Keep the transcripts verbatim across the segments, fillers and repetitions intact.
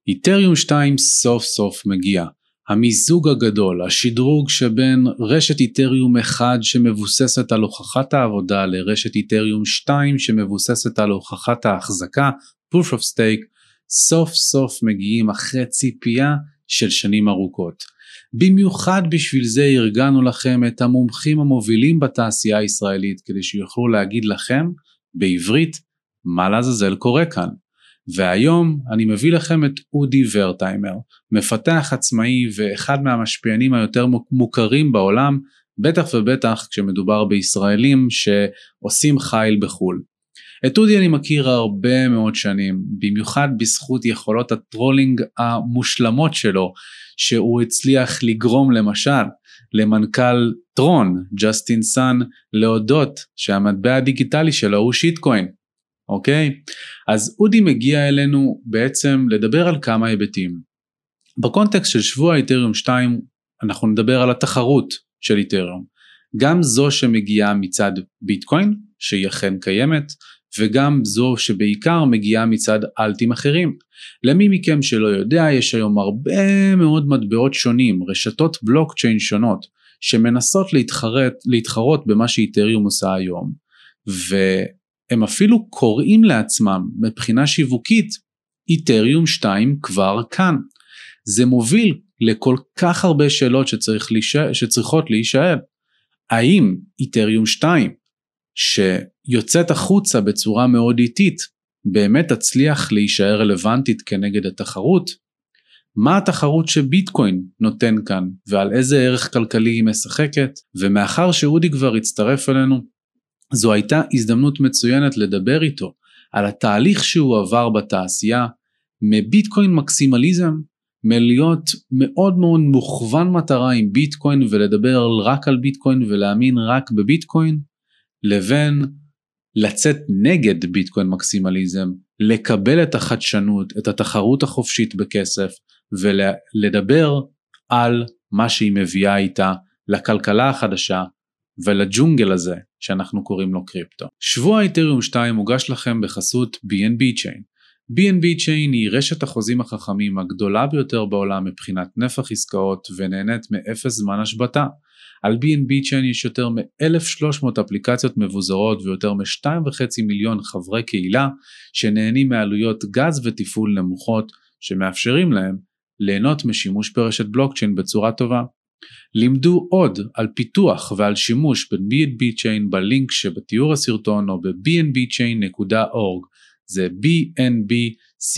איתריום שתיים סוף סוף מגיע. המיזוג הגדול, השדרוג שבין רשת איתריום אחד שמבוססת על הוכחת העבודה לרשת איתריום שתיים שמבוססת על הוכחת ההחזקה, proof of stake, סוף סוף מגיעים אחרי ציפייה של שנים ארוכות. במיוחד בשביל זה ארגנו לכם את המומחים המובילים בתעשייה הישראלית כדי שיוכלו להגיד לכם בעברית מה לעזאזל קורה כאן. והיום אני מביא לכם את אודי ורטהיימר, מפתח עצמאי ואחד מהמשפיענים היותר מוכרים בעולם, בטח ובטח כשמדובר בישראלים שעושים חייל בחול. את אודי אני מכיר הרבה מאוד שנים, במיוחד בזכות יכולות הטרולינג המושלמות שלו, שהוא הצליח לגרום למשל למנכ"ל טרון, ג'סטין סאן, להודות שהמטבע הדיגיטלי שלו הוא שיטקוין. אוקיי? אז אודי מגיע אלינו בעצם לדבר על כמה היבטים. בקונטקסט של שבוע איתריום שתיים אנחנו נדבר על התחרות של איתריום. גם זו שמגיעה מצד ביטקוין, שהיא אכן קיימת, וגם זו שבעיקר מגיעה מצד אלטים אחרים. למי מכם שלא יודע, יש היום הרבה מאוד מטבעות שונים, רשתות בלוקצ'יין שונות, שמנסות להתחרות, להתחרות במה שאיתריום עושה היום. ו... הם אפילו קוראים לעצמם מבחינה שיווקית, איתריום שתיים כבר כאן. זה מוביל לכל כך הרבה שאלות שצריך להישאל, שצריכות להישאל. האם איתריום שתיים, שיוצאת החוצה בצורה מאוד איטית, באמת תצליח להישאר רלוונטית כנגד התחרות? מה התחרות שביטקוין נותן כאן, ועל איזה ערך כלכלי היא משחקת? ומאחר שאודי כבר הצטרף אלינו, זו הייתה הזדמנות מצוינת לדבר איתו על התהליך שהוא עבר בתעשייה, מביטקוין מקסימליזם, מלהיות מאוד מאוד מוכוון מטרה עם ביטקוין ולדבר רק על ביטקוין ולהאמין רק בביטקוין, לבין לצאת נגד ביטקוין מקסימליזם, לקבל את החדשנות, את התחרות החופשית בכסף, ולדבר על מה שהיא מביאה איתה לכלכלה החדשה, ולג'ונגל הזה שאנחנו קוראים לו קריפטו. שבוע איתריום שתיים מוגש לכם בחסות בי אן בי Chain. בי אן בי Chain היא רשת החוזים החכמים הגדולה ביותר בעולם מבחינת נפח עסקאות ונהנית מאפס זמן השבתה. על בי אן בי Chain יש יותר מ-אלף ושלוש מאות אפליקציות מבוזרות ויותר מ-שתיים וחצי מיליון חברי קהילה שנהנים מעלויות גז ותפעול נמוכות שמאפשרים להם ליהנות משימוש ברשת בלוקצ'יין בצורה טובה. לימדו עוד על פיתוח ועל שימוש ב-בי אן בי Chain בלינק שבתיאור הסרטון או ב-בי אן בי צ'יין נקודה אורג, זה בי אן בי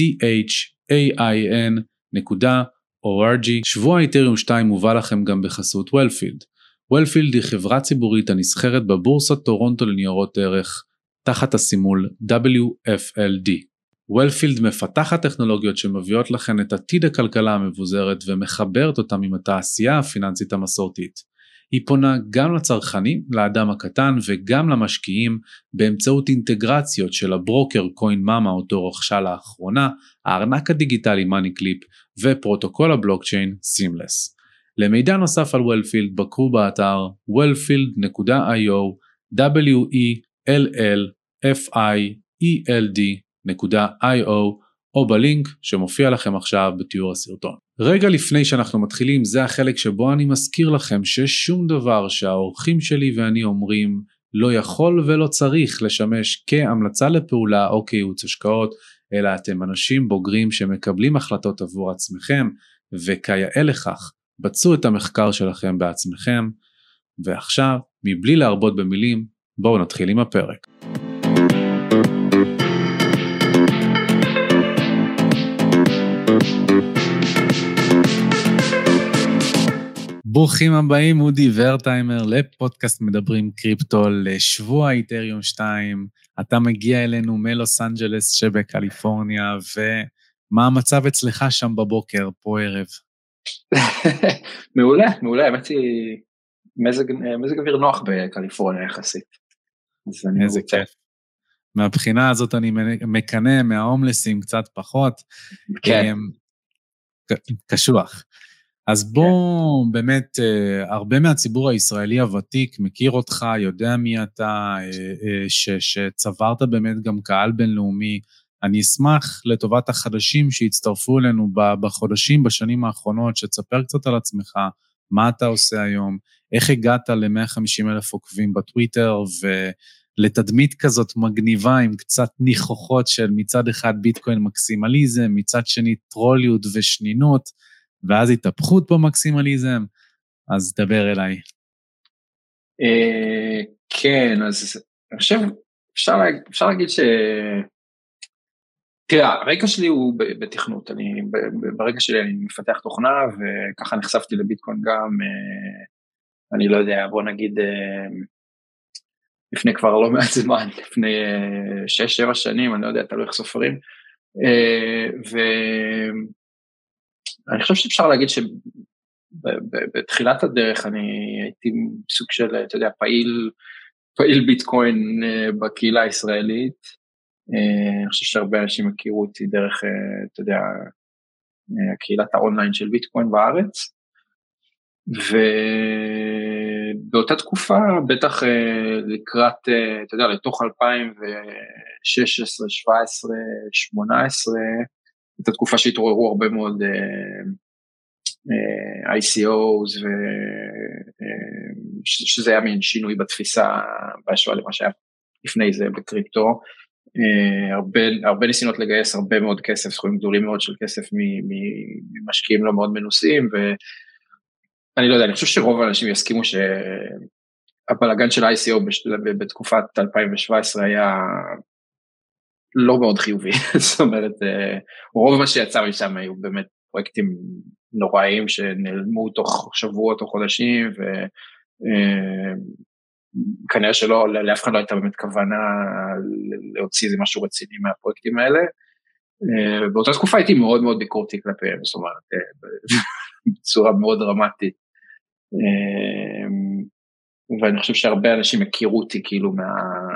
צ'יין נקודה אורג. שבוע איתריום שתיים מובא לכם גם בחסות וולפילד. וולפילד היא חברה ציבורית הנסחרת בבורסת טורונטו לניירות ערך תחת הסימול דאבליו אף אל די. וולפילד מפתחת טכנולוגיות שמביאות לכם את עתיד הכלכלה המבוזרת ומחברת אותם עם התעשייה הפיננסית המסורתית. היא פונה גם לצרכנים, לאדם הקטן וגם למשקיעים באמצעות אינטגרציות של הברוקר קוין מאמה אותו רכשה לאחרונה, הארנק הדיגיטלי מאני קליפ ופרוטוקול הבלוקצ'יין סימלס. למידע נוסף על וולפילד בקרו באתר וולפילד נקודה איי או דאבליו אי אל אל אף איי אי אל די נקודה איי או או בלינק שמופיע לכם עכשיו בתיאור הסרטון. רגע לפני שאנחנו מתחילים, זה החלק שבו אני מזכיר לכם ששום דבר שהאורחים שלי ואני אומרים לא יכול ולא צריך לשמש כהמלצה לפעולה או כייעוץ השקעות, אלא אתם אנשים בוגרים שמקבלים החלטות עבור עצמכם, וכיאה לכך בצעו את המחקר שלכם בעצמכם. ועכשיו, מבלי להרבות במילים, בואו נתחיל עם הפרק. ברוכים הבאים אודי ורטהיימר לפודקאסט מדברים קריפטו לשבוע איתריום שתיים. אתה מגיע אלינו מלוס אנג'לס שבקליפורניה, ומה המצב אצלך שם בבוקר, פה ערב? מעולה, מעולה, האמת היא מזג, מזג אוויר נוח בקליפורניה יחסית. איזה כיף. מהבחינה הזאת אני מקנה מההומלסים קצת פחות. כן. קשוח. אז בוא, באמת, הרבה מהציבור הישראלי הוותיק מכיר אותך, יודע מי אתה, ש, שצברת באמת גם קהל בינלאומי. אני אשמח לטובת החדשים שהצטרפו אלינו בחודשים, בשנים האחרונות, שתספר קצת על עצמך, מה אתה עושה היום, איך הגעת ל-מאה וחמישים אלף עוקבים בטוויטר, ולתדמית כזאת מגניבה עם קצת ניחוחות של מצד אחד ביטקוין מקסימליזם, מצד שני טרוליות ושנינות, ואז התהפכות במקסימליזם, אז דבר אליי. כן, אז אני חושב, אפשר להגיד ש... תראה, הרקע שלי הוא בתכנות, אני, ברקע שלי אני מפתח תוכנה, וככה נחשפתי לביטקוין גם, אני לא יודע, בוא נגיד, לפני כבר לא מעט זמן, לפני שש, שבע שנים, אני לא יודע, תלוי איך סופרים, ואני חושב שאפשר להגיד שבתחילת הדרך אני הייתי סוג של, אתה יודע, פעיל, פעיל ביטקוין בקהילה הישראלית, אני חושב שהרבה אנשים הכירו אותי דרך, אתה יודע, קהילת האונליין של ביטקוין בארץ, ובאותה תקופה, בטח לקראת, אתה יודע, לתוך אלפיים ושש עשרה, שבע עשרה, שמונה עשרה, הייתה תקופה שהתעוררו הרבה מאוד איי סי או'ס, שזה היה מין שינוי בתפיסה, בהשוואה למה שהיה לפני זה בקריפטו, הרבה, הרבה ניסיונות לגייס הרבה מאוד כסף, סכומים גדולים מאוד של כסף ממשקיעים לא מאוד מנוסים, ואני לא יודע, אני חושב שרוב האנשים יסכימו שהבלגן של איי סי או בתקופת אלפיים שבע עשרה היה לא מאוד חיובי, זאת אומרת, רוב מה שיצא משם היו באמת פרויקטים נוראיים שנעלמו תוך שבועות או חודשים, ו... כנראה שלא, לאף אחד לא הייתה באמת כוונה להוציא איזה משהו רציני מהפרויקטים האלה, באותה תקופה הייתי מאוד מאוד ביקורתי כלפיהם, זאת אומרת, בצורה מאוד דרמטית, ואני חושב שהרבה אנשים הכירו אותי כאילו מה,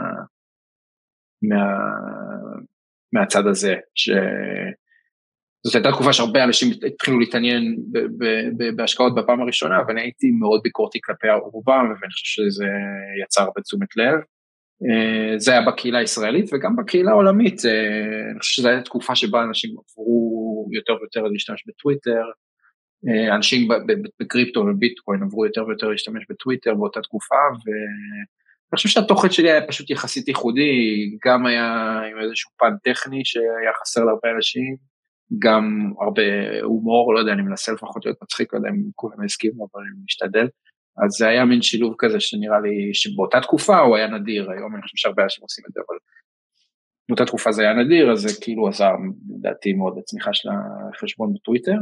מה, מהצד הזה, ש... זאת הייתה תקופה שהרבה אנשים התחילו להתעניין בהשקעות בפעם הראשונה, ואני הייתי מאוד ביקורתי כלפי רובם, ואני חושב שזה יצר הרבה תשומת לב. זה היה בקהילה הישראלית, וגם בקהילה העולמית, אני חושב שזו הייתה תקופה שבה אנשים עברו יותר ויותר להשתמש בטוויטר, אנשים בקריפטו וביטקוין עברו יותר ויותר להשתמש בטוויטר באותה תקופה, ואני חושב שהתוכן שלי היה פשוט יחסית ייחודי, גם היה עם איזשהו פן טכני שהיה חסר להרבה אנשים, גם הרבה הומור, לא יודע, אני מנסה לפחות להיות מצחיק, לא יודע אם כולם הסכימו, אבל אני משתדל, אז זה היה מין שילוב כזה שנראה לי שבאותה תקופה הוא היה נדיר, היום אני חושב שהרבה אנשים עושים את זה, אבל באותה תקופה זה היה נדיר, אז זה כאילו עזר, לדעתי, מאוד לצמיחה של החשבון בטוויטר.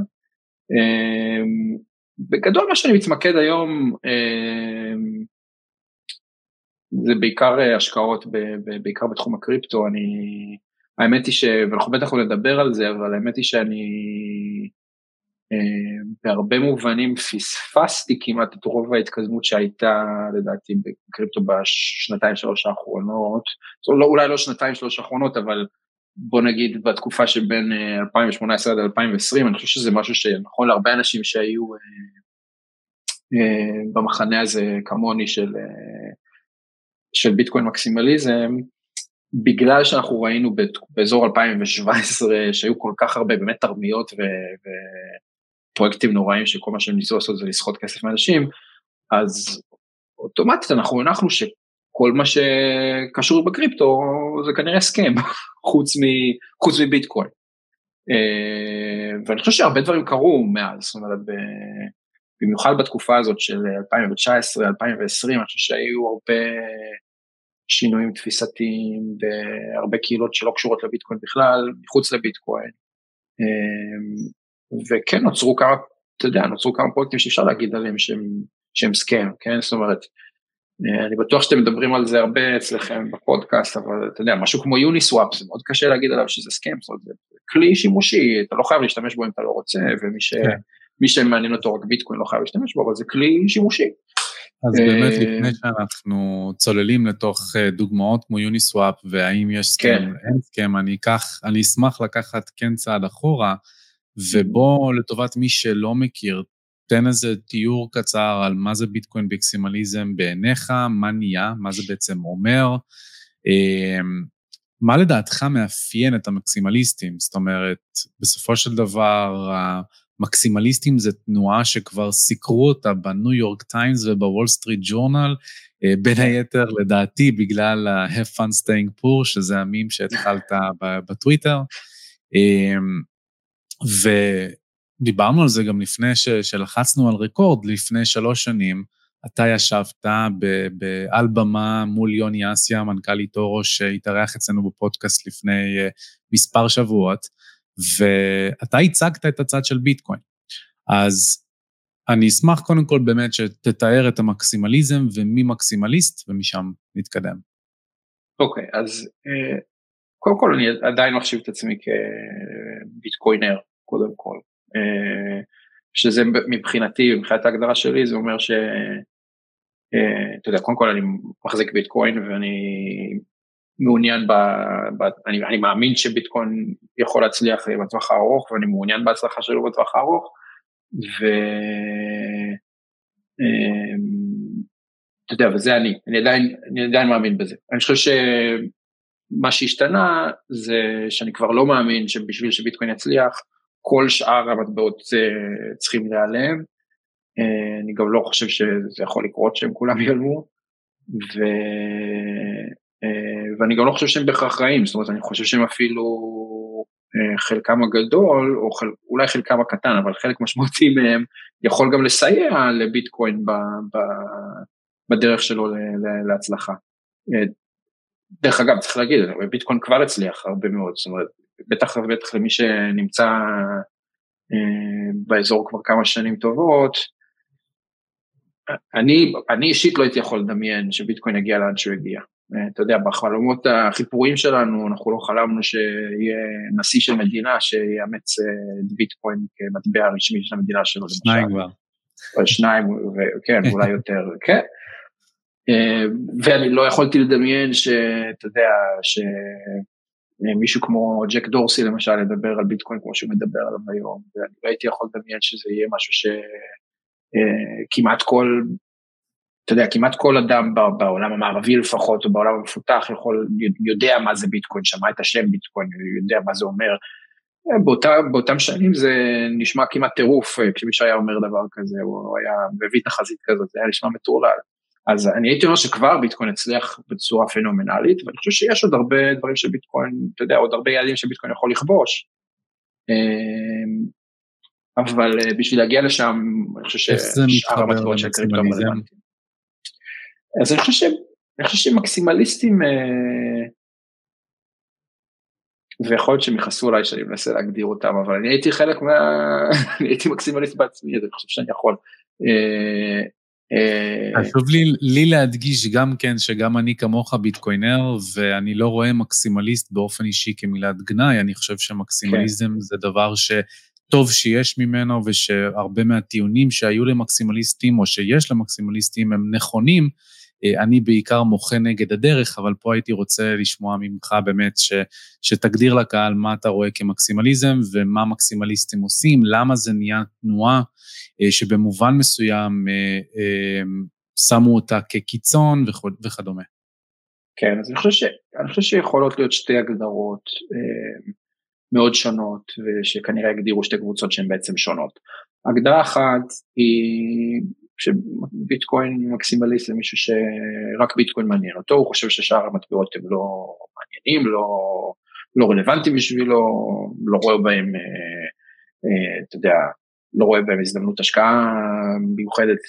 בגדול מה שאני מתמקד היום, זה בעיקר השקעות, בעיקר בתחום הקריפטו, אני... האמת היא ש... ואנחנו בטח לא נדבר על זה, אבל האמת היא שאני אה, בהרבה מובנים פספסתי כמעט את רוב ההתקדמות שהייתה, לדעתי, בקריפטו בשנתיים שלוש האחרונות, לא, אולי לא שנתיים שלוש האחרונות, אבל בוא נגיד בתקופה שבין אלפיים שמונה עשרה עד אלפיים עשרים, אני חושב שזה משהו שנכון להרבה אנשים שהיו אה, אה, במחנה הזה כמוני של, אה, של ביטקוין מקסימליזם, בגלל שאנחנו ראינו באזור אלפיים שבע עשרה שהיו כל כך הרבה באמת תרמיות ופרויקטים נוראים שכל מה שהם ניסו לעשות זה לסחוט כסף מאנשים, אז אוטומטית אנחנו הנחנו שכל מה שקשור בקריפטו זה כנראה סכם, חוץ, מ, חוץ מביטקוין. ואני חושב שהרבה דברים קרו מאז, זאת אומרת, במיוחד בתקופה הזאת של אלפיים תשע עשרה אלפיים עשרים, אני חושב שהיו הרבה... שינויים תפיסתיים, בהרבה קהילות שלא קשורות לביטקוין בכלל, מחוץ לביטקוין, וכן נוצרו כמה, אתה יודע, נוצרו כמה פרויקטים שאפשר להגיד עליהם שהם, שהם סכם, כן, זאת אומרת, אני בטוח שאתם מדברים על זה הרבה אצלכם בפודקאסט, אבל אתה יודע, משהו כמו יוניסוואפ, זה מאוד קשה להגיד עליו שזה סכם, זאת אומרת, זה כלי שימושי, אתה לא חייב להשתמש בו אם אתה לא רוצה, ומי ש, מי שמעניין אותו רק ביטקוין לא חייב להשתמש בו, אבל זה כלי שימושי. אז באמת לפני שאנחנו צוללים לתוך דוגמאות כמו יוניסוואפ, והאם יש סכם, אין סכם, אני אקח, אני אשמח לקחת כן צעד אחורה, ובוא לטובת מי שלא מכיר, תן איזה תיאור קצר על מה זה ביטקוין מקסימליזם בעיניך, מה נהיה, מה זה בעצם אומר, מה לדעתך מאפיין את המקסימליסטים? זאת אומרת, בסופו של דבר, המקסימליסטים זה תנועה שכבר סיקרו אותה בניו יורק טיימס ובוול סטריט ג'ורנל, בין היתר לדעתי בגלל ה-Have fun staying poor, שזה המים שהתחלת בטוויטר, ודיברנו על זה גם לפני שלחצנו על רקורד, לפני שלוש שנים, אתה ישבת על במה מול יוני אסיה, מנכ"ל איטורו, שהתארח אצלנו בפודקאסט לפני מספר שבועות, ואתה הצגת את הצד של ביטקוין. אז אני אשמח קודם כל באמת שתתאר את המקסימליזם ומי מקסימליסט, ומשם נתקדם. אוקיי, okay, אז קודם כל אני עדיין מחשיב את עצמי כביטקוינר, קודם כל. שזה מבחינתי, מבחינת ההגדרה שלי, זה אומר ש... אתה יודע, קודם כל אני מחזיק ביטקוין, ואני מעוניין ב... ב אני, אני מאמין שביטקוין יכול להצליח בטווח הארוך, ואני מעוניין בהצלחה שלו בטווח הארוך, ו... אתה יודע, וזה אני, אני עדיין, אני עדיין מאמין בזה. אני חושב שמה שהשתנה, זה שאני כבר לא מאמין שבשביל שביטקוין יצליח, כל שאר המטבעות צריכים להיעלם, אני גם לא חושב שזה יכול לקרות שהם כולם ייעלמו, ו... ואני גם לא חושב שהם בהכרח רעים, זאת אומרת, אני חושב שהם אפילו חלקם הגדול, או חל... אולי חלקם הקטן, אבל חלק משמעותי מהם יכול גם לסייע לביטקוין ב... ב... בדרך שלו להצלחה. דרך אגב, צריך להגיד, ביטקוין כבר הצליח הרבה מאוד, זאת אומרת, בטח ובטח למי שנמצא באזור כבר כמה שנים טובות, אני, אני אישית לא הייתי יכול לדמיין שביטקוין יגיע לאן שהוא יגיע. אתה יודע, בחלומות החיפוריים שלנו, אנחנו לא חלמנו שיהיה נשיא של מדינה שיאמץ את ביטקוין כמטבע הרשמי של המדינה שלו. שניים כבר. שניים, כן, אולי יותר, כן. ואני לא יכולתי לדמיין שאתה יודע, שמישהו כמו ג'ק דורסי למשל ידבר על ביטקוין כמו שהוא מדבר עליו היום, ואני לא הייתי יכול לדמיין שזה יהיה משהו שכמעט כל, אתה יודע, כמעט כל אדם בעולם המערבי לפחות, או בעולם המפותח, יכול, יודע מה זה ביטקוין, שמע את השם ביטקוין, יודע מה זה אומר. באותה, באותם שנים זה נשמע כמעט טירוף, כשמישהו היה אומר דבר כזה, הוא היה מביא תחזית כזאת, זה היה נשמע מטורלל. אז אני הייתי אומר שכבר ביטקוין הצליח בצורה פנומנלית, ואני חושב שיש עוד הרבה דברים שביטקוין, אתה יודע, עוד הרבה יעדים שביטקוין יכול לכבוש. אבל בשביל להגיע לשם, אני חושב ששאר המטבעות של קריפטו רלוונטיים. אז אני חושב, אני חושב שמקסימליסטים, ויכול להיות שהם יכעסו אולי שאני מנסה להגדיר אותם, אבל אני הייתי חלק מה... אני הייתי מקסימליסט בעצמי, אז אני חושב שאני יכול. חשוב לי, לי להדגיש גם כן, שגם אני כמוך ביטקוינר, ואני לא רואה מקסימליסט באופן אישי כמילת גנאי, אני חושב שמקסימליזם זה דבר שטוב שיש ממנו, ושהרבה מהטיעונים שהיו למקסימליסטים, או שיש למקסימליסטים, הם נכונים, אני בעיקר מוחה נגד הדרך, אבל פה הייתי רוצה לשמוע ממך באמת, ש, שתגדיר לקהל מה אתה רואה כמקסימליזם, ומה מקסימליסטים עושים, למה זה נהיה תנועה, שבמובן מסוים שמו אותה כקיצון וכדומה. כן, אז אני חושב, ש, אני חושב שיכולות להיות שתי הגדרות מאוד שונות, ושכנראה הגדירו שתי קבוצות שהן בעצם שונות. הגדרה אחת היא שביטקוין מקסימליסט זה מישהו שרק ביטקוין מעניין אותו, הוא חושב ששאר המטבעות הם לא מעניינים, לא, לא רלוונטיים בשבילו, לא רואה בהם, אתה יודע, לא רואה בהם הזדמנות השקעה מיוחדת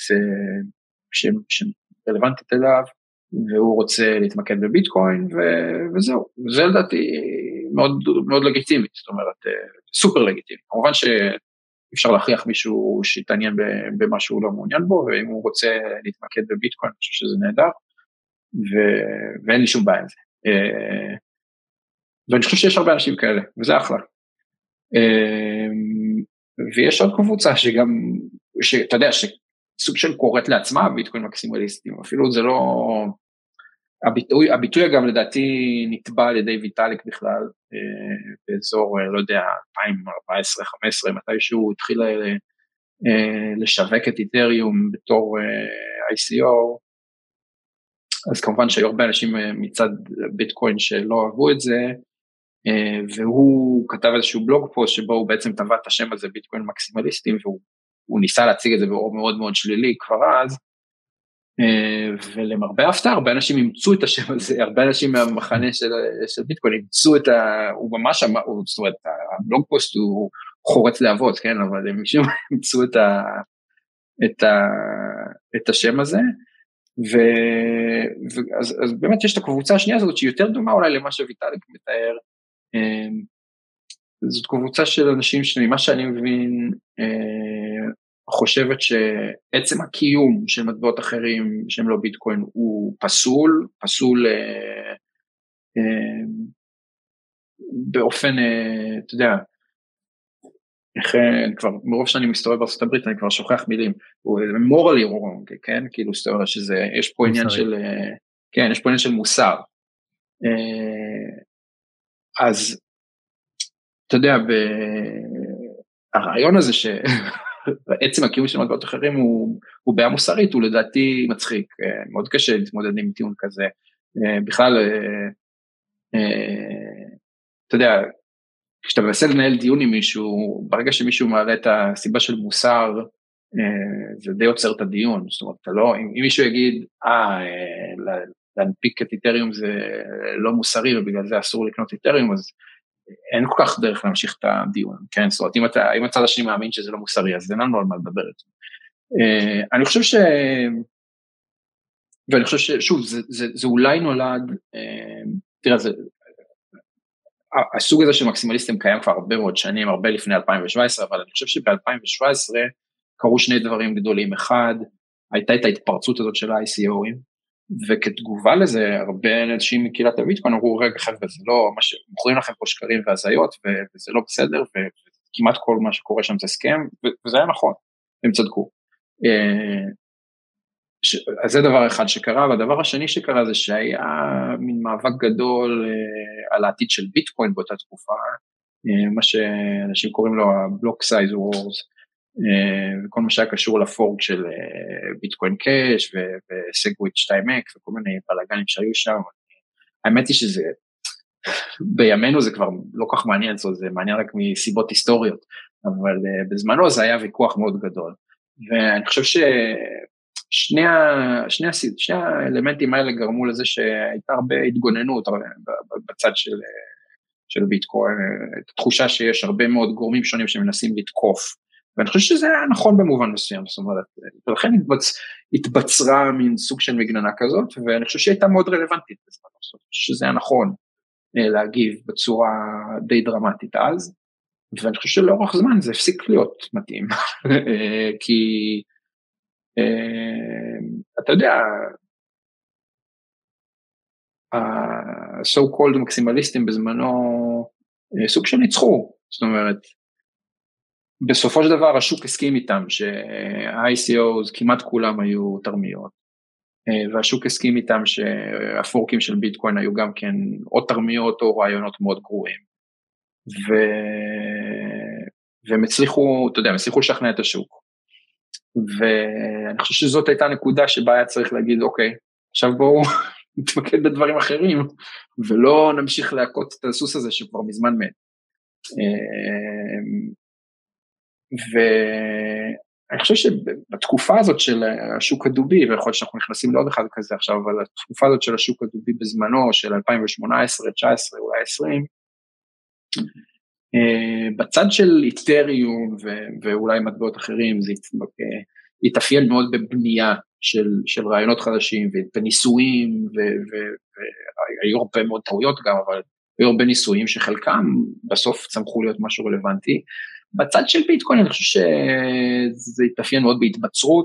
שרלוונטית אליו, והוא רוצה להתמקד בביטקוין, וזהו. וזה לדעתי מאוד, מאוד לגיטימית, זאת אומרת, סופר לגיטימית. כמובן שאפשר להכריח מישהו שיתעניין במה שהוא לא מעוניין בו, ואם הוא רוצה להתמקד בביטקוין, אני חושב שזה נהדר, ואין לי שום בעיה עם זה. ואני חושב שיש הרבה אנשים כאלה, וזה אחלה. ויש עוד קבוצה שגם, שאתה יודע, שסוג של קוראת לעצמה ביטקוין מקסימליסטים, אפילו זה לא, הביטוי, הביטוי גם לדעתי נטבע על ידי ויטאליק בכלל, באזור, לא יודע, אלפיים וארבע עשרה חמש עשרה, מתישהו התחיל לשווק את איתריום בתור איי סי או, אז כמובן שהיו הרבה אנשים מצד ביטקוין שלא אהבו את זה, והוא כתב איזשהו בלוג פוסט שבו הוא בעצם טבע את השם הזה ביטקוין מקסימליסטים, והוא ניסה להציג את זה באור מאוד מאוד שלילי כבר אז, ולמרבה הפתעה הרבה אנשים אימצו את השם הזה, הרבה אנשים מהמחנה של, של ביטקוין אימצו את ה... הוא ממש אמר, זאת אומרת, הבלוג פוסט הוא חורץ להבות, כן, אבל הם אימצו את, ה, את, ה, את השם הזה, ו, ואז, אז באמת יש את הקבוצה השנייה הזאת שהיא יותר דומה אולי למה שוויטאליק מתאר, זאת קבוצה של אנשים שממה שאני מבין חושבת שעצם הקיום של מטבעות אחרים שהם לא ביטקוין הוא פסול, פסול באופן, אתה יודע, כבר מרוב שאני מסתובב בארצות הברית אני כבר שוכח מילים, הוא morally wrong, כן, כאילו זאת אומרת שזה, יש פה עניין של, כן, יש פה עניין של מוסר, אז אתה יודע, הרעיון הזה שעצם הקיום של מטבעות אחרים הוא, הוא בעיה מוסרית, הוא לדעתי מצחיק, מאוד קשה להתמודד עם טיעון כזה, בכלל, אתה יודע, כשאתה מנסה לנהל דיון עם מישהו, ברגע שמישהו מעלה את הסיבה של מוסר, זה די עוצר את הדיון, זאת אומרת, אתה לא, אם מישהו יגיד, אה, להנפיק את איתריום זה לא מוסרי, ובגלל זה אסור לקנות איתריום, אז אין כל כך דרך להמשיך את הדיון, כן? זאת אומרת, אם, אתה, אם הצד השני מאמין שזה לא מוסרי, אז אין לנו על מה לדבר את זה. Uh, אני חושב ש... ואני חושב ששוב, זה, זה, זה אולי נולד, uh, תראה, זה, הסוג הזה של מקסימליסטים קיים כבר הרבה מאוד שנים, הרבה לפני אלפיים שבע עשרה, אבל אני חושב שב-אלפיים שבע עשרה קרו שני דברים גדולים. אחד, הייתה את ההתפרצות הזאת של ה-איי סי או-ים, וכתגובה לזה, הרבה אנשים מקהילת הביטקוין אמרו, רגע חבר'ה, זה לא, מה שמוכרים לכם פה שקרים והזיות, וזה לא בסדר, וכמעט כל מה שקורה שם זה סכם, וזה היה נכון, הם צדקו. אז זה דבר אחד שקרה, והדבר השני שקרה זה שהיה מין מאבק גדול על העתיד של ביטקוין באותה תקופה, מה שאנשים קוראים לו ה-Block Size Wars, וכל מה שהיה קשור לפורק של ביטקוין קאש וסגוויץ' שתיים אקס וכל מיני בלגנים שהיו שם. האמת היא שזה, בימינו זה כבר לא כך מעניין, זה מעניין רק מסיבות היסטוריות, אבל בזמנו זה היה ויכוח מאוד גדול. ואני חושב ששני שני, שני האלמנטים האלה גרמו לזה שהייתה הרבה התגוננות בצד של, של ביטקוין, את התחושה שיש הרבה מאוד גורמים שונים שמנסים לתקוף, ואני חושב שזה היה נכון במובן מסוים, זאת אומרת, ולכן התבצ... התבצרה מין סוג של מגננה כזאת, ואני חושב שהיא הייתה מאוד רלוונטית בזמן, זאת אומרת, שזה היה נכון להגיב בצורה די דרמטית אז, ואני חושב שלאורך זמן זה הפסיק להיות מתאים, כי אתה יודע, ה-so called מקסימליסטים בזמנו סוג של ניצחו, זאת אומרת, בסופו של דבר השוק הסכים איתם שה-איי סי או כמעט כולם היו תרמיות, והשוק הסכים איתם שהפורקים של ביטקוין היו גם כן או תרמיות או רעיונות מאוד גרועים, ו... והם הצליחו, אתה יודע, הם הצליחו לשכנע את השוק, ואני חושב שזאת הייתה נקודה שבה היה צריך להגיד, אוקיי, עכשיו בואו נתמקד בדברים אחרים, ולא נמשיך להכות את הסוס הזה שכבר מזמן מת. ואני חושב שבתקופה הזאת של השוק הדובי, ויכול להיות שאנחנו נכנסים לעוד אחד כזה עכשיו, אבל התקופה הזאת של השוק הדובי בזמנו, של אלפיים שמונה עשרה, תשע עשרה, אולי עשרים, בצד של איתריום ואולי מטבעות אחרים, זה התאפיין מאוד בבנייה של, של רעיונות חדשים, ובניסויים, והיו הרבה מאוד טעויות גם, אבל היו הרבה ניסויים שחלקם בסוף צמחו להיות משהו רלוונטי. בצד של ביטקוין אני חושב שזה התאפיין מאוד בהתבצרות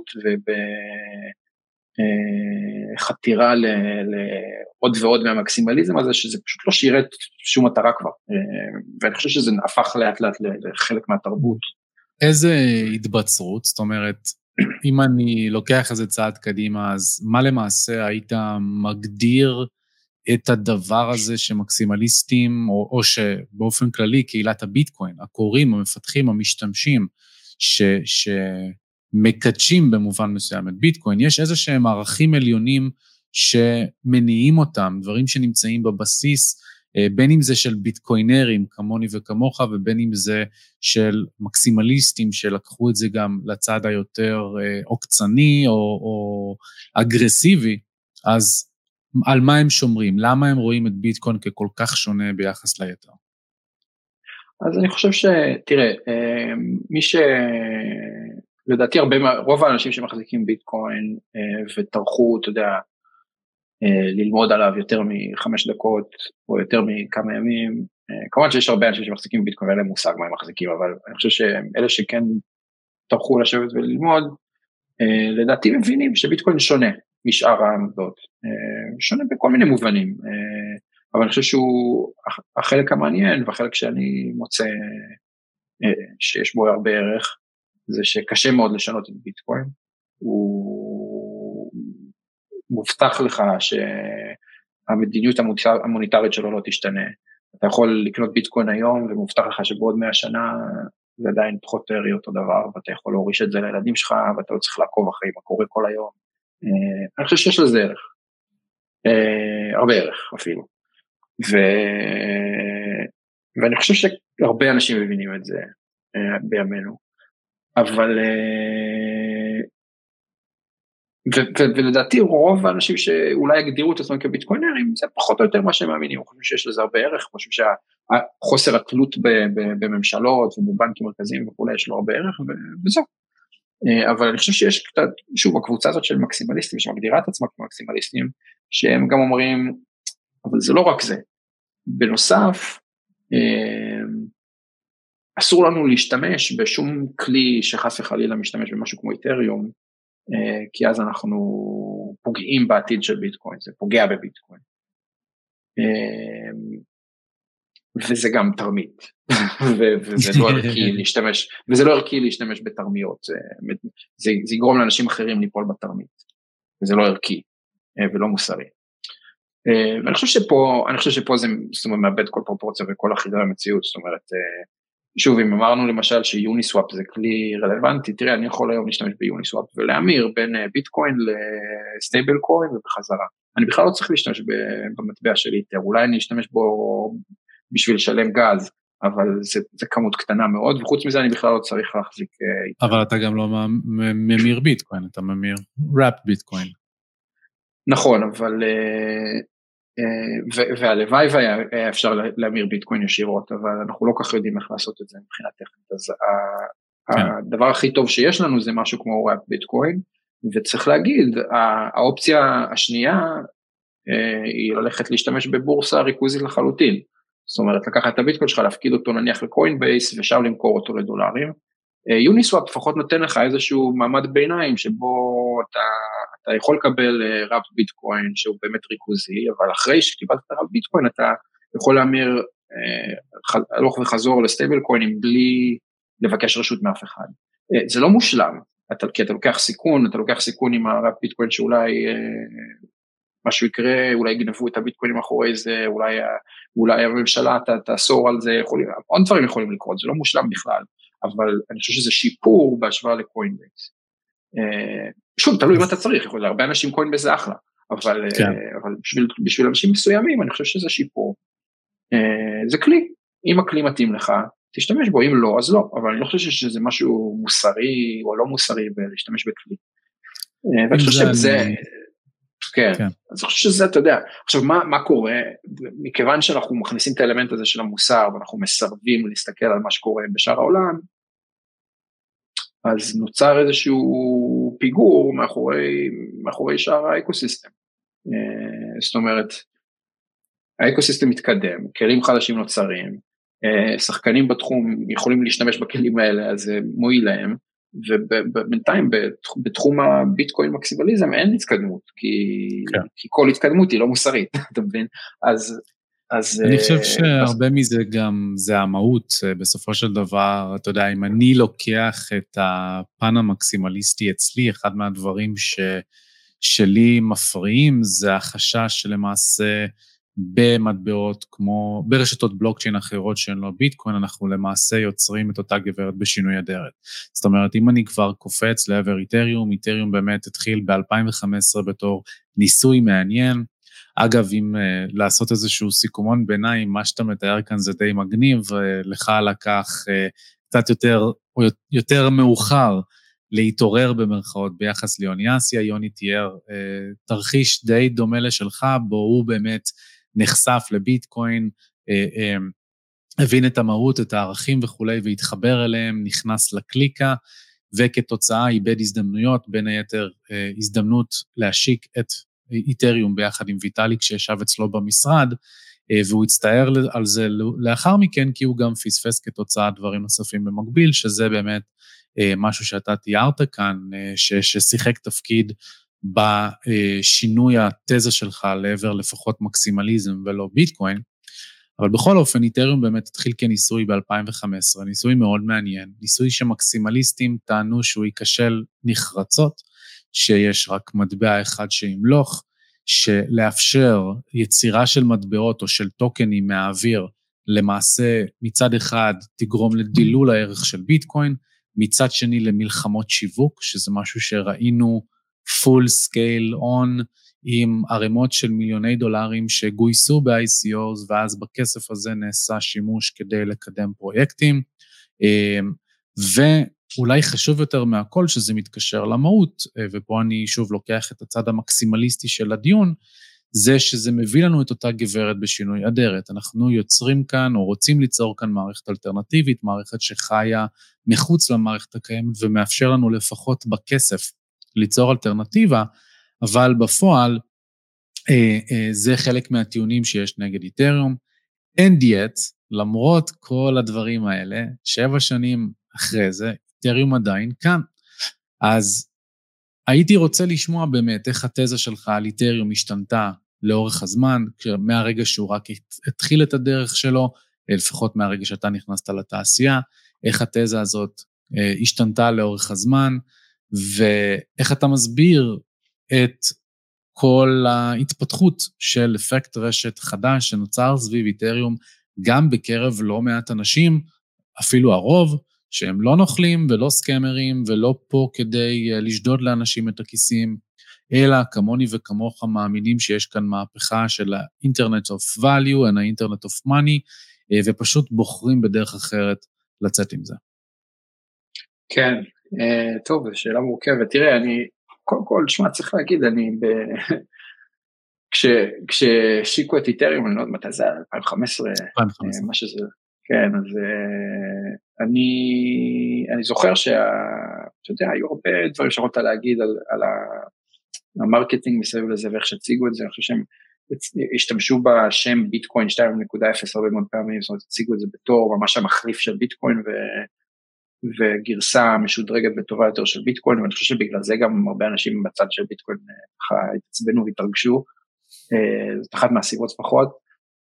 ובחתירה לעוד ועוד מהמקסימליזם הזה, שזה פשוט לא שירת שום מטרה כבר, ואני חושב שזה הפך לאט לאט לחלק מהתרבות. איזה התבצרות? זאת אומרת, אם אני לוקח איזה צעד קדימה, אז מה למעשה היית מגדיר את הדבר הזה שמקסימליסטים, או, או שבאופן כללי קהילת הביטקוין, הקוראים, המפתחים, המשתמשים, ש, שמקדשים במובן מסוים את ביטקוין, יש איזה שהם ערכים עליונים שמניעים אותם, דברים שנמצאים בבסיס, בין אם זה של ביטקוינרים כמוני וכמוך, ובין אם זה של מקסימליסטים שלקחו את זה גם לצד היותר עוקצני או, או אגרסיבי, אז על מה הם שומרים? למה הם רואים את ביטקוין ככל כך שונה ביחס ליתר? אז אני חושב שתראה, מי ש... לדעתי הרבה, רוב האנשים שמחזיקים ביטקוין וטרחו, אתה יודע, ללמוד עליו יותר מחמש דקות או יותר מכמה ימים, כמובן שיש הרבה אנשים שמחזיקים ביטקוין ואין להם מושג מה הם מחזיקים, אבל אני חושב שאלה שכן טרחו לשבת וללמוד, לדעתי מבינים שביטקוין שונה משאר העמדות, שונה בכל מיני מובנים, אבל אני חושב שהוא החלק המעניין והחלק שאני מוצא שיש בו הרבה ערך, זה שקשה מאוד לשנות את ביטקוין, הוא מובטח לך שהמדיניות המוניטרית שלו לא תשתנה, אתה יכול לקנות ביטקוין היום ומובטח לך שבעוד מאה שנה זה עדיין פחות או יותר אותו דבר, ואתה יכול להוריש את זה לילדים שלך, ואתה לא צריך לעקוב אחרי מה קורה כל היום, אני חושב שיש לזה ערך, הרבה ערך אפילו, ו... ואני חושב שהרבה אנשים מבינים את זה בימינו, אבל ו- ו- ולדעתי רוב האנשים שאולי יגדירו את עצמם כביטקוינרים, זה פחות או יותר מה שהם מאמינים, אני חושב שיש לזה הרבה ערך, אני חושב שהחוסר התלות ב- ב- בממשלות ובבנקים מרכזיים וכולי יש לו הרבה ערך, ו- וזהו. אבל אני חושב שיש קצת, שוב, הקבוצה הזאת של מקסימליסטים, שמגדירה את עצמם כמקסימליסטים, שהם גם אומרים, אבל זה לא רק זה. בנוסף, אסור לנו להשתמש בשום כלי שחס וחלילה משתמש במשהו כמו איתריום, כי אז אנחנו פוגעים בעתיד של ביטקוין, זה פוגע בביטקוין. וזה גם תרמית, וזה לא ערכי להשתמש, וזה לא ערכי להשתמש בתרמיות, זה, זה יגרום לאנשים אחרים ליפול בתרמית, וזה לא ערכי ולא מוסרי. ואני חושב שפה, אני חושב שפה זה, זאת אומרת, מאבד כל פרופורציה וכל אחידה למציאות, זאת אומרת, שוב, אם אמרנו למשל שיוניסוואפ זה כלי רלוונטי, תראה, אני יכול היום להשתמש ביוניסוואפ ולהמיר בין ביטקוין לסטייבל קוין ובחזרה. אני בכלל לא צריך להשתמש במטבע של איתר, אולי אני אשתמש בו בשביל לשלם גז, אבל זה, זה כמות קטנה מאוד, וחוץ מזה אני בכלל לא צריך להחזיק איתר. אבל אתה גם לא ממיר ביטקוין, אתה ממיר ראפ ביטקוין. נכון, אבל... והלוואי והיה אפשר להמיר ביטקוין ישירות, אבל אנחנו לא כך יודעים איך לעשות את זה מבחינה טכנית, אז הדבר הכי טוב שיש לנו זה משהו כמו ראפ ביטקוין, וצריך להגיד, האופציה השנייה היא ללכת להשתמש בבורסה ריכוזית לחלוטין, זאת אומרת לקחת את הביטקוין שלך, להפקיד אותו נניח לקוין בייס, ושם למכור אותו לדולרים, יוניסוואפ לפחות נותן לך איזשהו מעמד ביניים, שבו אתה, אתה יכול לקבל ראפ ביטקוין שהוא באמת ריכוזי, אבל אחרי שקיבלת את הראפ ביטקוין, אתה יכול להמיר הלוך וחזור לסטייבל קוינים, בלי לבקש רשות מאף אחד. זה לא מושלם, אתה, כי אתה לוקח סיכון, אתה לוקח סיכון עם הראפ ביטקוין, שאולי משהו יקרה, אולי יגנבו את הביטקוינים אחורי זה, אולי, אולי הממשלה תאסור על זה, יכול, עוד דברים יכולים לקרות, זה לא מושלם בכלל. אבל אני חושב שזה שיפור בהשוואה לקוינבייס. שוב, תלוי מה אתה צריך, יכול להיות, הרבה אנשים קוינבייס זה אחלה, אבל, כן. אבל בשביל, בשביל אנשים מסוימים, אני חושב שזה שיפור. זה כלי, אם הכלי מתאים לך, תשתמש בו, אם לא, אז לא, אבל אני לא חושב שזה משהו מוסרי או לא מוסרי בלהשתמש בכלי. ואני חושב שזה, כן, כן. אז אני חושב שזה, אתה יודע, עכשיו מה, מה קורה, מכיוון שאנחנו מכניסים את האלמנט הזה של המוסר, ואנחנו מסרבים להסתכל על מה שקורה בשאר העולם, אז נוצר איזשהו פיגור מאחורי, מאחורי שאר האקוסיסטם. זאת אומרת, האקוסיסטם מתקדם, כלים חדשים נוצרים, שחקנים בתחום יכולים להשתמש בכלים האלה, אז זה מועיל להם, ובינתיים בתחום הביטקוין מקסימליזם אין התקדמות, כי, כן. כי כל התקדמות היא לא מוסרית, אתה מבין? אז, אז... אני חושב שהרבה מזה גם זה המהות, בסופו של דבר, אתה יודע, אם אני לוקח את הפן המקסימליסטי אצלי, אחד מהדברים ש, שלי מפריעים, זה החשש שלמעשה במטבעות כמו, ברשתות בלוקצ'יין אחרות שהן לא ביטקוין, אנחנו למעשה יוצרים את אותה גברת בשינוי אדרת. זאת אומרת, אם אני כבר קופץ לעבר איתריום, איתריום באמת התחיל ב-אלפיים וחמש עשרה בתור ניסוי מעניין. אגב, אם uh, לעשות איזשהו סיכומון ביניים, מה שאתה מתאר כאן זה די מגניב, uh, לך לקח uh, קצת יותר, או יותר מאוחר, להתעורר במרכאות ביחס ליוני אסיה. יוני תיאר uh, תרחיש די דומה לשלך, בו הוא באמת נחשף לביטקוין, uh, uh, הבין את המהות, את הערכים וכו', והתחבר אליהם, נכנס לקליקה, וכתוצאה איבד הזדמנויות, בין היתר uh, הזדמנות להשיק את איתריום ביחד עם ויטאליק שישב אצלו במשרד, והוא הצטער על זה לאחר מכן, כי הוא גם פספס כתוצאה דברים נוספים במקביל, שזה באמת משהו שאתה תיארת כאן, ששיחק תפקיד בשינוי התזה שלך לעבר לפחות מקסימליזם ולא ביטקוין, אבל בכל אופן איתריום באמת התחיל כניסוי ב-אלפיים וחמש עשרה, ניסוי מאוד מעניין, ניסוי שמקסימליסטים טענו שהוא ייכשל נחרצות, שיש רק מטבע אחד שימלוך, שלאפשר יצירה של מטבעות או של טוקנים מהאוויר, למעשה מצד אחד תגרום לדילול הערך של ביטקוין, מצד שני למלחמות שיווק, שזה משהו שראינו full scale on, עם ערימות של מיליוני דולרים שגויסו ב-איי סי או'ס, ואז בכסף הזה נעשה שימוש כדי לקדם פרויקטים, ו... אולי חשוב יותר מהכל שזה מתקשר למהות, ופה אני שוב לוקח את הצד המקסימליסטי של הדיון, זה שזה מביא לנו את אותה גברת בשינוי אדרת. אנחנו יוצרים כאן, או רוצים ליצור כאן מערכת אלטרנטיבית, מערכת שחיה מחוץ למערכת הקיימת, ומאפשר לנו לפחות בכסף ליצור אלטרנטיבה, אבל בפועל, זה חלק מהטיעונים שיש נגד איתריום. אין דיאט, למרות כל הדברים האלה, שבע שנים אחרי זה, איתריום עדיין כאן. אז הייתי רוצה לשמוע באמת איך התזה שלך על איתריום השתנתה לאורך הזמן, מהרגע שהוא רק התחיל את הדרך שלו, לפחות מהרגע שאתה נכנסת לתעשייה, איך התזה הזאת השתנתה לאורך הזמן, ואיך אתה מסביר את כל ההתפתחות של אפקט רשת חדש שנוצר סביב איתריום, גם בקרב לא מעט אנשים, אפילו הרוב, שהם לא נוכלים ולא סקמרים, ולא פה כדי לשדוד לאנשים את הכיסים, אלא כמוני וכמוך מאמינים שיש כאן מהפכה של ה-Internet of Value and ה-Internet of Money, ופשוט בוחרים בדרך אחרת לצאת עם זה. כן, טוב, זו שאלה מורכבת. תראה, אני, קודם כל, שמה, צריך להגיד, אני ב... כששיקו את איתריום, אני לא יודע מתי זה, אלפיים וחמש עשרה, מה שזה... כן, אז uh, אני, אני זוכר שה, אתה יודע, היו הרבה דברים שרוצה להגיד על, על המרקטינג מסביב לזה ואיך שהציגו את זה, אני חושב שהם השתמשו בשם ביטקוין שתיים נקודה אפס הרבה מאוד פעמים, זאת אומרת, הציגו את זה בתור ממש המחליף של ביטקוין ו, וגרסה משודרגת בטובה יותר של ביטקוין, ואני חושב שבגלל זה גם הרבה אנשים בצד של ביטקוין ככה התעצבנו והתרגשו, זאת אחת מהסיבות פחות,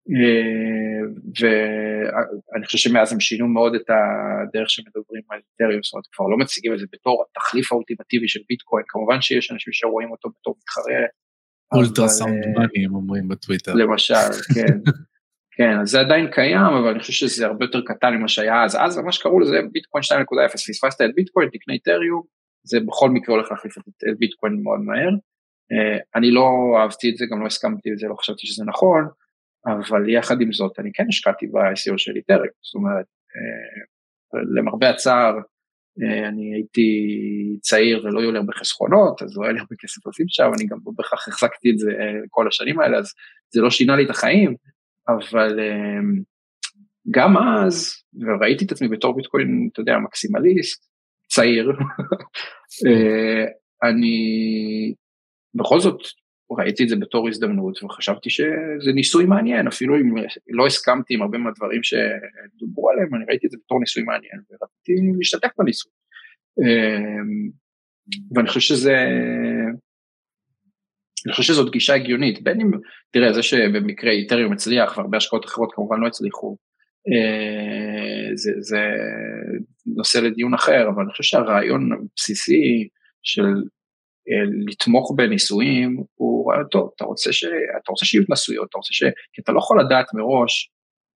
ואני חושב שמאז הם שינו מאוד את הדרך שמדברים על איתריום, זאת אומרת, כבר לא מציגים את זה בתור התחליף האולטימטיבי של ביטקוין, כמובן שיש אנשים שרואים אותו בתור מתחרה. אולטרסאונד מאני, הם אומרים בטוויטר. למשל, כן. כן, אז זה עדיין קיים, אבל אני חושב שזה הרבה יותר קטן ממה שהיה אז. אז מה שקראו לזה ביטקוין שתיים נקודה אפס, פספסת את ביטקוין, תקנה איתריום, זה בכל מקרה הולך להחליף את ביטקוין מאוד מהר. אני לא אהבתי את זה, גם לא הסכמתי את זה, לא חשבתי שזה נכון, אבל יחד עם זאת, אני כן השקעתי ב-איי סי או של איתריום, זאת אומרת, למרבה הצער, אני הייתי צעיר ולא היו לי הרבה חסכונות, אז לא היה לי הרבה כסף לשים שם, אני גם בכך החזקתי את זה כל השנים האלה, אז זה לא שינה לי את החיים, אבל גם אז, וראיתי את עצמי בתור ביטקוין, אתה יודע, מקסימליסט, צעיר, אני בכל זאת ראיתי את זה בתור הזדמנות, וחשבתי שזה ניסוי מעניין, אפילו אם לא הסכמתי עם הרבה מהדברים שדוברו עליהם, אני ראיתי את זה בתור ניסוי מעניין, ורציתי להשתתף בניסוי. ואני חושב שזה, אני חושב שזאת גישה הגיונית, בין אם, תראה, זה שבמקרה איתריום מצליח, והרבה השקעות אחרות כמובן לא הצליחו, זה, זה נושא לדיון אחר, אבל אני חושב שהרעיון הבסיסי של לתמוך בניסויים, הוא רעיון טוב, אתה רוצה ש... אתה רוצה שיהיו נסויות, אתה רוצה ש... כי אתה לא יכול לדעת מראש,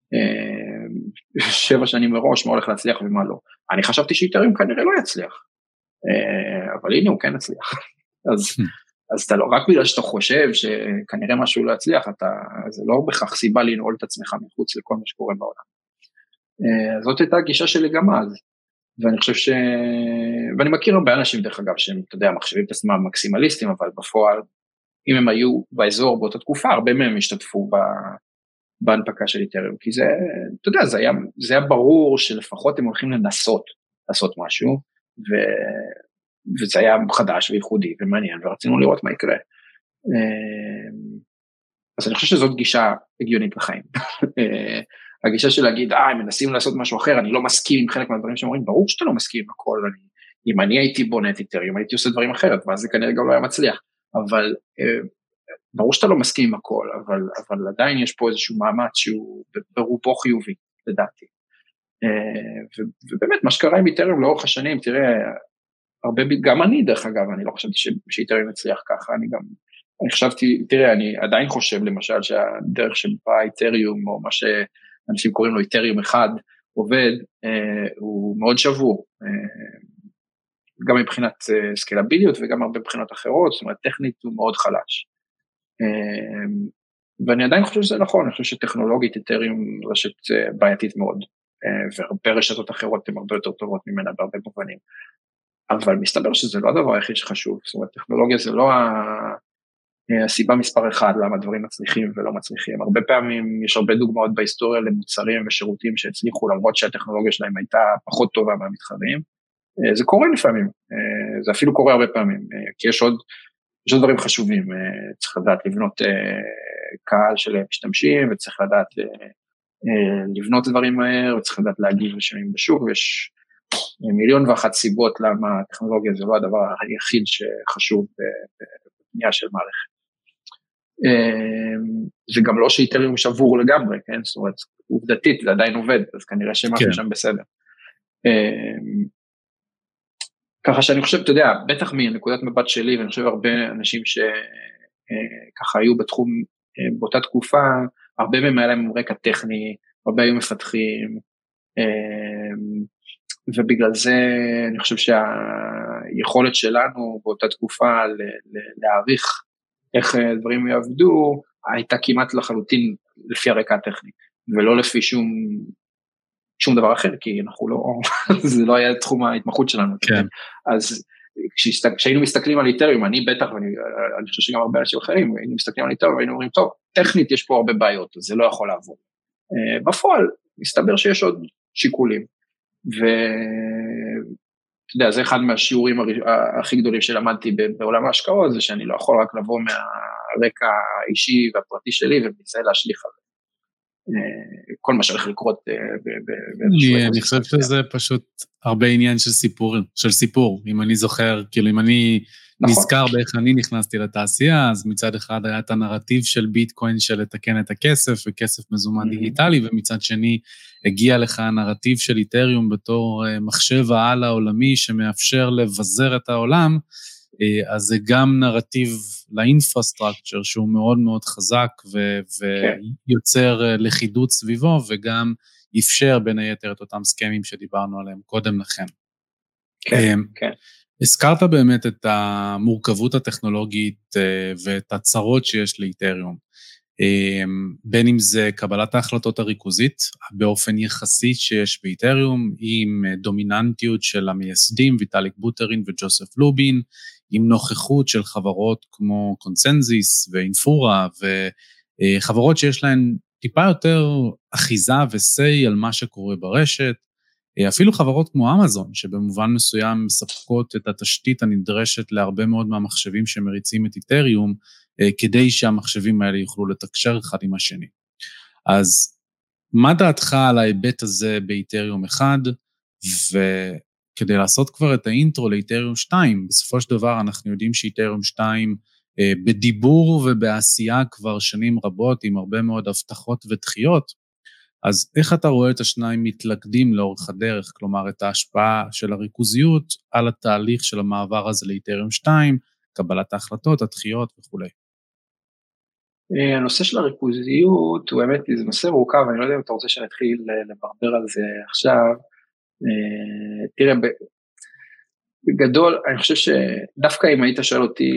שבע שנים מראש, מה הולך להצליח ומה לא. אני חשבתי שאיתריום כנראה לא יצליח, אבל הנה הוא כן יצליח. אז, אז אתה לא, רק בגלל שאתה חושב שכנראה משהו לא יצליח, אתה, זה לא בכך סיבה לנעול את עצמך מחוץ לכל מה שקורה בעולם. זאת הייתה הגישה שלי גם אז, ואני חושב ש... ואני מכיר הרבה אנשים דרך אגב, שהם, אתה יודע, מחשבים את עצמם מקסימליסטים, אבל בפועל, אם הם היו באזור באותה תקופה, הרבה מהם השתתפו ב... בהנפקה של איתריום, כי זה, אתה יודע, זה היה, זה היה ברור שלפחות הם הולכים לנסות לעשות משהו, ו... וזה היה חדש וייחודי ומעניין, ורצינו לראות מה יקרה. אז אני חושב שזאת גישה הגיונית לחיים. הגישה של להגיד, אה, הם מנסים לעשות משהו אחר, אני לא מסכים עם חלק מהדברים שאומרים, ברור שאתה לא מסכים עם הכל, אני, אם אני הייתי בונה את איתריום, הייתי עושה דברים אחרת, ואז זה כנראה גם לא היה מצליח, אבל ברור שאתה לא מסכים עם הכל, אבל, אבל עדיין יש פה איזשהו מאמץ שהוא ברובו חיובי, לדעתי. ובאמת, מה שקרה עם איתריום לאורך השנים, תראה, הרבה, גם אני דרך אגב, אני לא חשבתי שאיתריום יצליח ככה, אני גם, אני חשבתי, תראה, אני עדיין חושב למשל שהדרך שבה איתריום, או מה שאנשים קוראים לו איתריום אחד, עובד, הוא מאוד שבור, גם מבחינת סקלביליות וגם הרבה מבחינות אחרות, זאת אומרת, טכנית הוא מאוד חלש. ואני עדיין חושב שזה נכון, אני חושב שטכנולוגית איתריום רשת בעייתית מאוד, והרבה רשתות אחרות הן הרבה יותר טובות ממנה בהרבה מובנים. אבל מסתבר שזה לא הדבר היחיד שחשוב, זאת אומרת, טכנולוגיה זה לא הסיבה מספר אחד למה דברים מצליחים ולא מצליחים. הרבה פעמים יש הרבה דוגמאות בהיסטוריה למוצרים ושירותים שהצליחו, למרות שהטכנולוגיה שלהם הייתה פחות טובה מהמתחרים. זה קורה לפעמים, זה אפילו קורה הרבה פעמים, כי יש עוד, יש עוד דברים חשובים, צריך לדעת לבנות קהל של משתמשים, וצריך לדעת לבנות דברים מהר, וצריך לדעת להגיב לשינויים בשוק, ויש מיליון ואחת סיבות למה הטכנולוגיה זה לא הדבר היחיד שחשוב בבנייה של מערכת. זה גם לא שאיתריום שבור לגמרי, כן? זאת אומרת, עובדתית, זה עדיין עובד, אז כנראה שמשהו שם בסדר. ככה שאני חושב, אתה יודע, בטח מנקודת מבט שלי, ואני חושב הרבה אנשים שככה היו בתחום באותה תקופה, הרבה מהם היה להם רקע טכני, הרבה היו מפתחים, ובגלל זה אני חושב שהיכולת שלנו באותה תקופה להעריך איך דברים יעבדו, הייתה כמעט לחלוטין לפי הרקע הטכני, ולא לפי שום, שום דבר אחר, כי אנחנו לא, זה לא היה תחום ההתמחות שלנו. כן. אז כשהיינו מסתכלים על איתריום, אני בטח, ואני אני חושב שגם הרבה אנשים אחרים, היינו מסתכלים על איתריום, והיינו אומרים, טוב, טכנית יש פה הרבה בעיות, אז זה לא יכול לעבוד. בפועל, מסתבר שיש עוד שיקולים. ואתה יודע, זה אחד מהשיעורים הכי גדולים שלמדתי בעולם ההשקעות, זה שאני לא יכול רק לבוא מהרקע האישי והפרטי שלי, ומזה להשליך על כל מה שהולך לקרות. אני חושב שזה פשוט הרבה עניין של סיפור, של סיפור, אם אני זוכר, כאילו אם אני נזכר באיך אני נכנסתי לתעשייה, אז מצד אחד היה את הנרטיב של ביטקוין של לתקן את הכסף, וכסף מזומן דיגיטלי, ומצד שני הגיע לך הנרטיב של איתריום בתור מחשב העל העולמי שמאפשר לבזר את העולם, אז זה גם נרטיב לאינפרסטרקצ'ר שהוא מאוד מאוד חזק ו- ויוצר לכידות סביבו, וגם אפשר בין היתר את אותם סקמים שדיברנו עליהם קודם לכן. כן, כן. הזכרת באמת את המורכבות הטכנולוגית ואת הצרות שיש לאיתריום, בין אם זה קבלת ההחלטות הריכוזית, באופן יחסית שיש באיתריום, עם דומיננטיות של המייסדים, ויטאליק בוטרין וג'וסף לובין, עם נוכחות של חברות כמו קונסנזיס ואינפורה, וחברות שיש להן טיפה יותר אחיזה וסי על מה שקורה ברשת, אפילו חברות כמו אמזון, שבמובן מסוים מספקות את התשתית הנדרשת להרבה מאוד מהמחשבים שמריצים את איתריום, כדי שהמחשבים האלה יוכלו לתקשר אחד עם השני. אז מה דעתך על ההיבט הזה באיתריום אחד, וכדי לעשות כבר את האינטרו לאיתריום שתיים, בסופו של דבר אנחנו יודעים שאיתריום שתיים בדיבור ובעשייה כבר שנים רבות, עם הרבה מאוד הבטחות ודחיות, אז איך אתה רואה את השניים מתלכדים לאורך הדרך, כלומר את ההשפעה של הריכוזיות על התהליך של המעבר הזה לאיתריום שתיים, קבלת ההחלטות, התחיות וכו'. הנושא של הריכוזיות הוא באמת, זה נושא מורכב, אני לא יודע אם אתה רוצה שנתחיל לברבר על זה עכשיו. תראה, בגדול, אני חושב שדווקא אם היית שואל אותי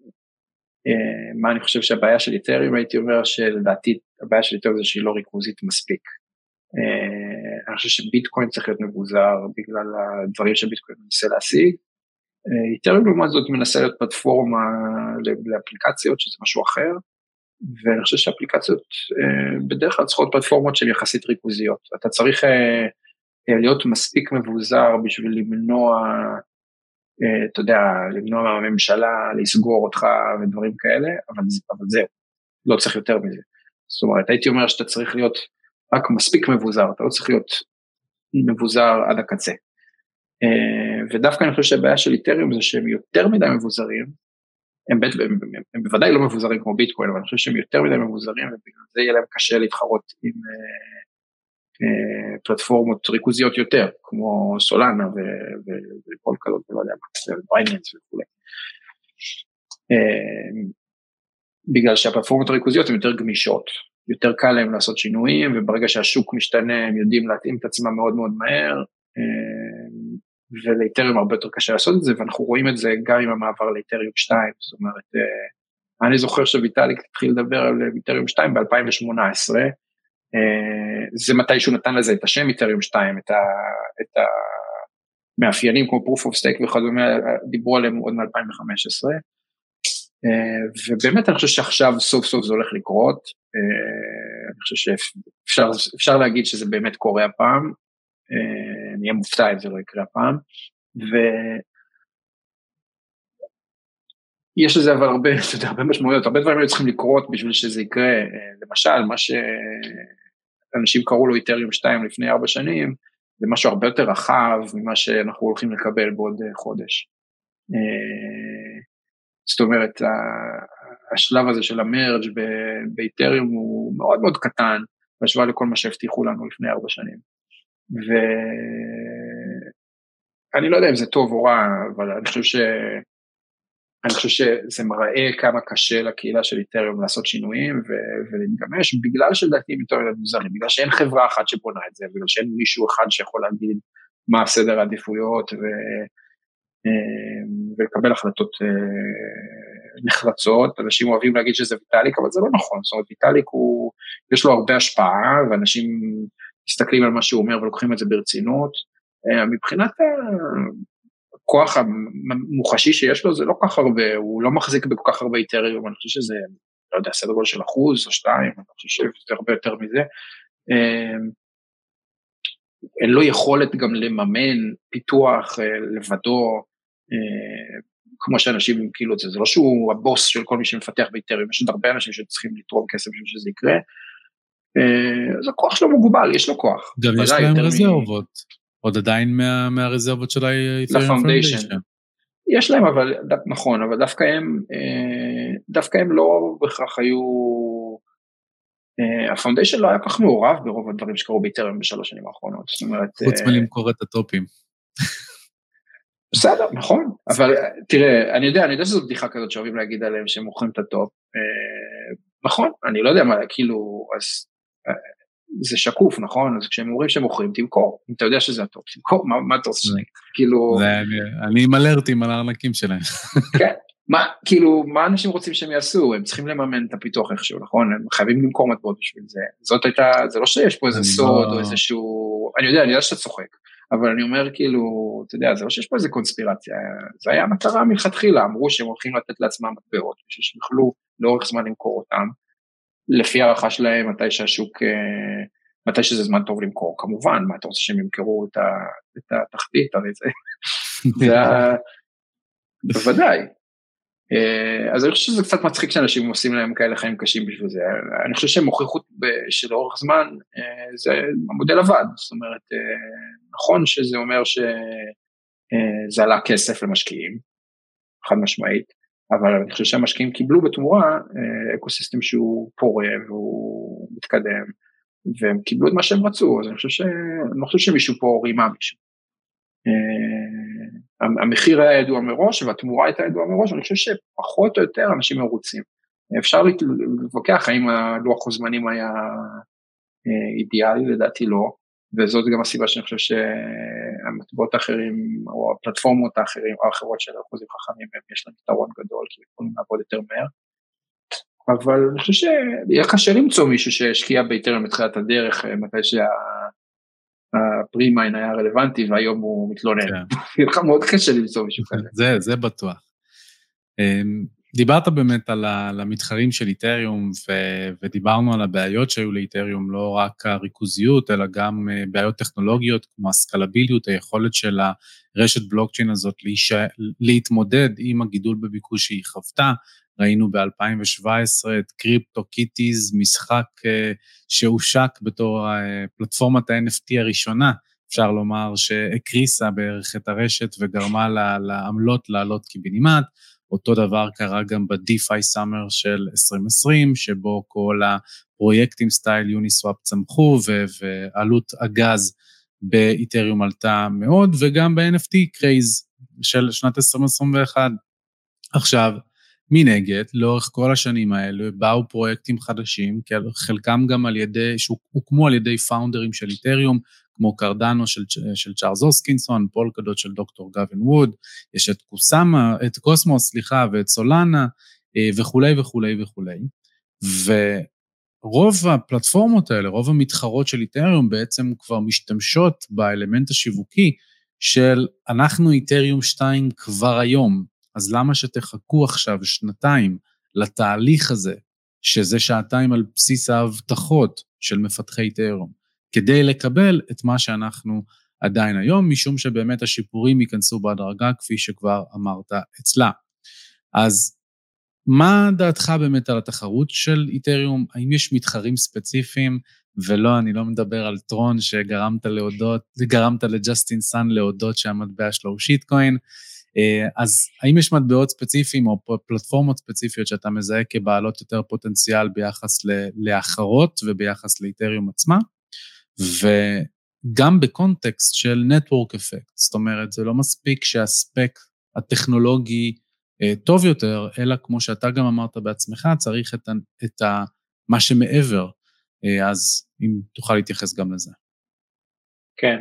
מה אני חושב שהבעיה של איתריום, הייתי אומר שלדעתי הבעיה של איתריום זה שהיא לא ריכוזית מספיק. אני חושב שביטקוין צריך להיות מבוזר בגלל הדברים שביטקוין מנסה להשיג. איתריום לעומת זאת מנסה להיות פלטפורמה לאפליקציות, שזה משהו אחר, ואני חושב שהאפליקציות בדרך כלל צריכות פלטפורמות שהן יחסית ריכוזיות. אתה צריך להיות מספיק מבוזר בשביל למנוע, אתה יודע, למנוע מהממשלה, לסגור אותך ודברים כאלה, אבל, אבל זהו, לא צריך יותר מזה. זאת אומרת, הייתי אומר שאתה צריך להיות רק מספיק מבוזר, אתה לא צריך להיות מבוזר עד הקצה. ודווקא אני חושב שהבעיה של איתריום זה שהם יותר מדי מבוזרים, הם, הם, הם, הם בוודאי לא מבוזרים כמו ביטקוין, אבל אני חושב שהם יותר מדי מבוזרים, ובגלל זה יהיה להם קשה להתחרות עם אה, אה, פלטפורמות ריכוזיות יותר, כמו סולאנה וכל כזאת, ולא יודע, בייננס וכו'. אה, בגלל שהפלטפורמות הריכוזיות הן יותר גמישות, יותר קל להם לעשות שינויים, וברגע שהשוק משתנה, הם יודעים להתאים את עצמם מאוד מאוד מהר, אה, ולאיתריום הרבה יותר קשה לעשות את זה, ואנחנו רואים את זה גם עם המעבר לאיתריום שתיים, זאת אומרת, אני זוכר שוויטאליק התחיל לדבר על איתריום שתיים ב-אלפיים שמונה עשרה, זה מתי שהוא נתן לזה את השם איתריום שתיים, את, ה, את המאפיינים כמו proof of stake וכדומה, דיברו עליהם עוד מ-אלפיים וחמש עשרה, ובאמת אני חושב שעכשיו סוף סוף זה הולך לקרות, אני חושב שאפשר אפשר להגיד שזה באמת קורה הפעם, נהיה מופתע אם זה לא יקרה הפעם, ויש לזה אבל הרבה, הרבה משמעויות, הרבה דברים היו צריכים לקרות בשביל שזה יקרה, למשל, מה שאנשים קראו לו איתריום שתיים לפני ארבע שנים, זה משהו הרבה יותר רחב ממה שאנחנו הולכים לקבל בעוד חודש. זאת אומרת, השלב הזה של המרג' באיתריום הוא מאוד מאוד קטן, בהשוואה לכל מה שהבטיחו לנו לפני ארבע שנים. ואני לא יודע אם זה טוב או רע, אבל אני חושב ש... אני חושב שזה מראה כמה קשה לקהילה של איתריום לעשות שינויים ולהתגמש, בגלל שלדעתי הם יותר מוזרים, בגלל שאין חברה אחת שבונה את זה, בגלל שאין מישהו אחד שיכול להגיד מה סדר העדיפויות ולקבל החלטות נחרצות. אנשים אוהבים להגיד שזה ויטאליק, אבל זה לא נכון, זאת אומרת, ויטאליק הוא, יש לו הרבה השפעה, ואנשים מסתכלים על מה שהוא אומר ולוקחים את זה ברצינות. מבחינת הכוח המוחשי שיש לו, זה לא כך הרבה, הוא לא מחזיק בכל כך הרבה איתריום, אני חושב שזה, לא יודע, סדר גודל של אחוז או שתיים, אני חושב שזה הרבה יותר מזה. אין לו יכולת גם לממן פיתוח לבדו, כמו שאנשים כאילו את זה, זה לא שהוא הבוס של כל מי שמפתח באיתריום, יש עוד הרבה אנשים שצריכים לתרום כסף בשביל שזה יקרה, אז הכוח שלו מוגבל, יש לו כוח. גם יש להם רזרבות, עוד עדיין מהרזרבות של האיתריום פאונדיישן. יש להם, אבל נכון, אבל דווקא הם, דווקא הם לא בכך היו, הפאונדיישן לא היה כך מעורב ברוב הדברים שקרו באיתריום בשלוש שנים האחרונות, זאת אומרת... חוץ מלמכור את הטופים. בסדר, נכון, אבל תראה, אני יודע, אני יודע שזו בדיחה כזאת שאוהבים להגיד עליהם שהם מוכרים את הטופ, נכון, אני לא יודע מה, כאילו, אז זה שקוף, נכון, אז כשהם אומרים שהם מוכרים, תמכור, אם אתה יודע שזה הטופ, תמכור, מה אתה עושה? כאילו... אני עם אלרטים על הארנקים שלהם. כן, מה, כאילו, מה אנשים רוצים שהם יעשו? הם צריכים לממן את הפיתוח איכשהו, נכון? הם חייבים למכור מטבעות בשביל זה. זאת הייתה, זה לא שיש פה איזה סוד או איזשהו, אני יודע, אני יודע שאתה צוחק, אבל אני אומר כאילו, אתה יודע, זה לא שיש פה איזה קונספירציה, זה היה מטרה מלכתחילה, אמרו שהם הולכים לתת לעצמם מטבעות, שיוכלו לאורך זמן למכור אותם, לפי הערכה שלהם, מתי שהשוק, מתי שזה זמן טוב למכור, כמובן, מה אתה רוצה שהם ימכרו את התחתית, הרי זה, זה בוודאי. אז אני חושב שזה קצת מצחיק שאנשים עושים להם כאלה חיים קשים בשביל זה, אני חושב שהם מוכיחות של אורך זמן, זה המודל עבד, זאת אומרת, נכון שזה אומר שזה עלה כסף למשקיעים, חד משמעית, אבל אני חושב שהמשקיעים קיבלו בתמורה אקוסיסטם שהוא פורה והוא מתקדם, והם קיבלו את מה שהם רצו, אז אני חושב, ש... אני לא חושב שמישהו פה רימה מישהו. המחיר היה ידוע מראש, והתמורה הייתה ידועה מראש, ואני חושב שפחות או יותר אנשים מרוצים. אפשר להתווכח האם הלוח הזמנים היה אידיאלי, לדעתי לא, וזאת גם הסיבה שאני חושב שהמטבעות האחרים, או הפלטפורמות האחרים, או האחרות של אחוזים חכמים, יש להם יתרון גדול, כי יכולים לעבוד יותר מהר. אבל אני חושב שיהיה קשה למצוא מישהו שהשקיע באיתריום בתחילת הדרך, מתי שהפרימיין היה רלוונטי, והיום הוא מתלונן. יהיה לך מאוד קשה למצוא מישהו כזה. זה, זה בטוח. דיברת באמת על המתחרים של איתריום, ודיברנו על הבעיות שהיו לאיתריום, לא רק הריכוזיות, אלא גם בעיות טכנולוגיות, כמו הסקלביליות, היכולת של הרשת בלוקצ'יין הזאת להתמודד עם הגידול בביקוש שהיא חוותה. ראינו ב-אלפיים שבע עשרה את קריפטו קיטיז, משחק שהושק בתור פלטפורמת ה-אן אף טי הראשונה, אפשר לומר שהקריסה בערך את הרשת וגרמה לעמלות לעלות קיבינימט. אותו דבר קרה גם ב-דיפיי סאמר של עשרים עשרים, שבו כל הפרויקטים סטייל יוניסוואפ צמחו, ועלות הגז באיתריום עלתה מאוד, וגם ב-אן אף טי קרייז של שנת עשרים עשרים ואחת. עכשיו, מנגד, לאורך כל השנים האלה, באו פרויקטים חדשים, חלקם גם על ידי, שהוקמו על ידי פאונדרים של איתריום, כמו קרדנו של, של צ'ארלס הוסקינסון, פולקדוט של דוקטור גאווין ווד, יש את קוסמה, את קוסמוס, סליחה, ואת סולנה, וכולי וכולי וכולי. ורוב הפלטפורמות האלה, רוב המתחרות של איתריום בעצם כבר משתמשות באלמנט השיווקי של אנחנו איתריום שתיים כבר היום, אז למה שתחכו עכשיו שנתיים לתהליך הזה, שזה שעתיים על בסיס ההבטחות של מפתחי איתריום, כדי לקבל את מה שאנחנו עדיין היום, משום שבאמת השיפורים ייכנסו בהדרגה, כפי שכבר אמרת אצלה. אז מה דעתך באמת על התחרות של איתריום? האם יש מתחרים ספציפיים, ולא, אני לא מדבר על טרון שגרמת להודות, גרמת לג'סטין סן להודות שהמטבע שלו הוא שיטקוין, אז האם יש מטבעות ספציפיים או פלטפורמות ספציפיות שאתה מזהה כבעלות יותר פוטנציאל ביחס לאחרות וביחס לאיתריום עצמה? וגם בקונטקסט של נטוורק אפקט, זאת אומרת, זה לא מספיק שהספק הטכנולוגי טוב יותר, אלא כמו שאתה גם אמרת בעצמך, צריך את, את ה, מה שמעבר, אז אם תוכל להתייחס גם לזה. כן,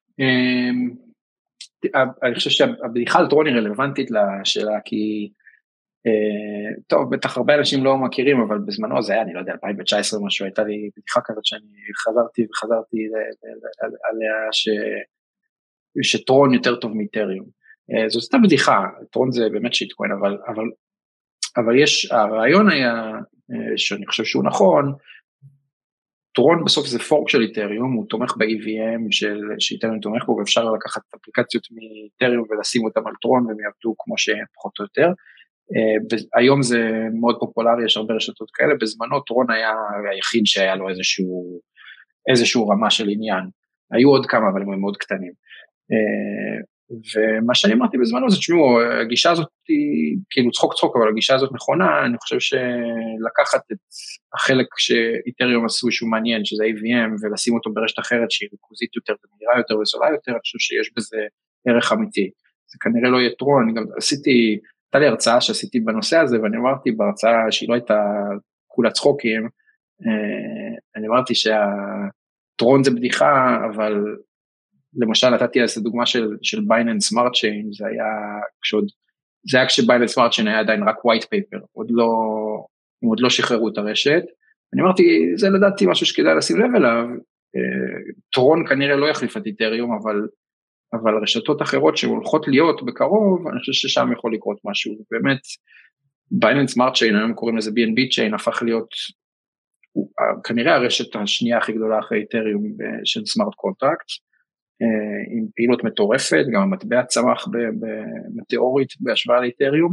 אני חושב שהבדיחה על טרון היא רלוונטית לשאלה, כי טוב, בטח הרבה אנשים לא מכירים, אבל בזמנו זה היה, אני לא יודע, אלפיים תשע עשרה משהו, הייתה לי בדיחה כזאת שאני חזרתי וחזרתי עליה שטרון יותר טוב מאיתריום. זו סתם בדיחה, טרון זה באמת שיטקוין, אבל, אבל, אבל יש, הרעיון היה, שאני חושב שהוא נכון, טרון בסוף זה פורק של איתריום, הוא תומך ב-אי וי אם של, שאיתריום תומך בו, ואפשר לקחת אפליקציות מאיתריום ולשים אותם על טרון, והם יעבדו כמו שהם פחות או יותר. היום זה מאוד פופולרי, יש הרבה רשתות כאלה, בזמנו טרון היה היחיד שהיה לו איזשהו, איזשהו רמה של עניין, היו עוד כמה, אבל הם מאוד קטנים. ומה שאני אמרתי בזמנו זה, תשמעו, הגישה הזאת היא, כאילו צחוק צחוק, אבל הגישה הזאת נכונה, אני חושב שלקחת את החלק שאיתריום עשו שהוא מעניין, שזה ה-איי וי אם, ולשים אותו ברשת אחרת שהיא ריכוזית יותר, ומהירה יותר וזולה יותר, אני חושב שיש בזה ערך אמיתי. זה כנראה לא יהיה טרון, אני גם עשיתי, הייתה לי הרצאה שעשיתי בנושא הזה, ואני אמרתי בהרצאה שהיא לא הייתה כולה צחוקים, אני אמרתי שהטרון זה בדיחה, אבל למשל נתתי אז דוגמה של, של בייננס סמארט צ'יין, זה היה כשעוד, זה היה כשבייננס סמארט צ'יין היה עדיין רק white paper, עוד לא, הם עוד לא שחררו את הרשת, אני אמרתי, זה לדעתי משהו שכדאי לשים לב אליו, טרון כנראה לא יחליף את איתריום, אבל, אבל רשתות אחרות שהולכות להיות בקרוב, אני חושב ששם יכול לקרות משהו, באמת, בייננס סמארט צ'יין, היום קוראים לזה בי אן בי צ'יין, הפך להיות, כנראה הרשת השנייה הכי גדולה אחרי איתריום של סמארט קונטרקט, עם פעילות מטורפת, גם המטבע צמח במטאורית בהשוואה לאיתריום,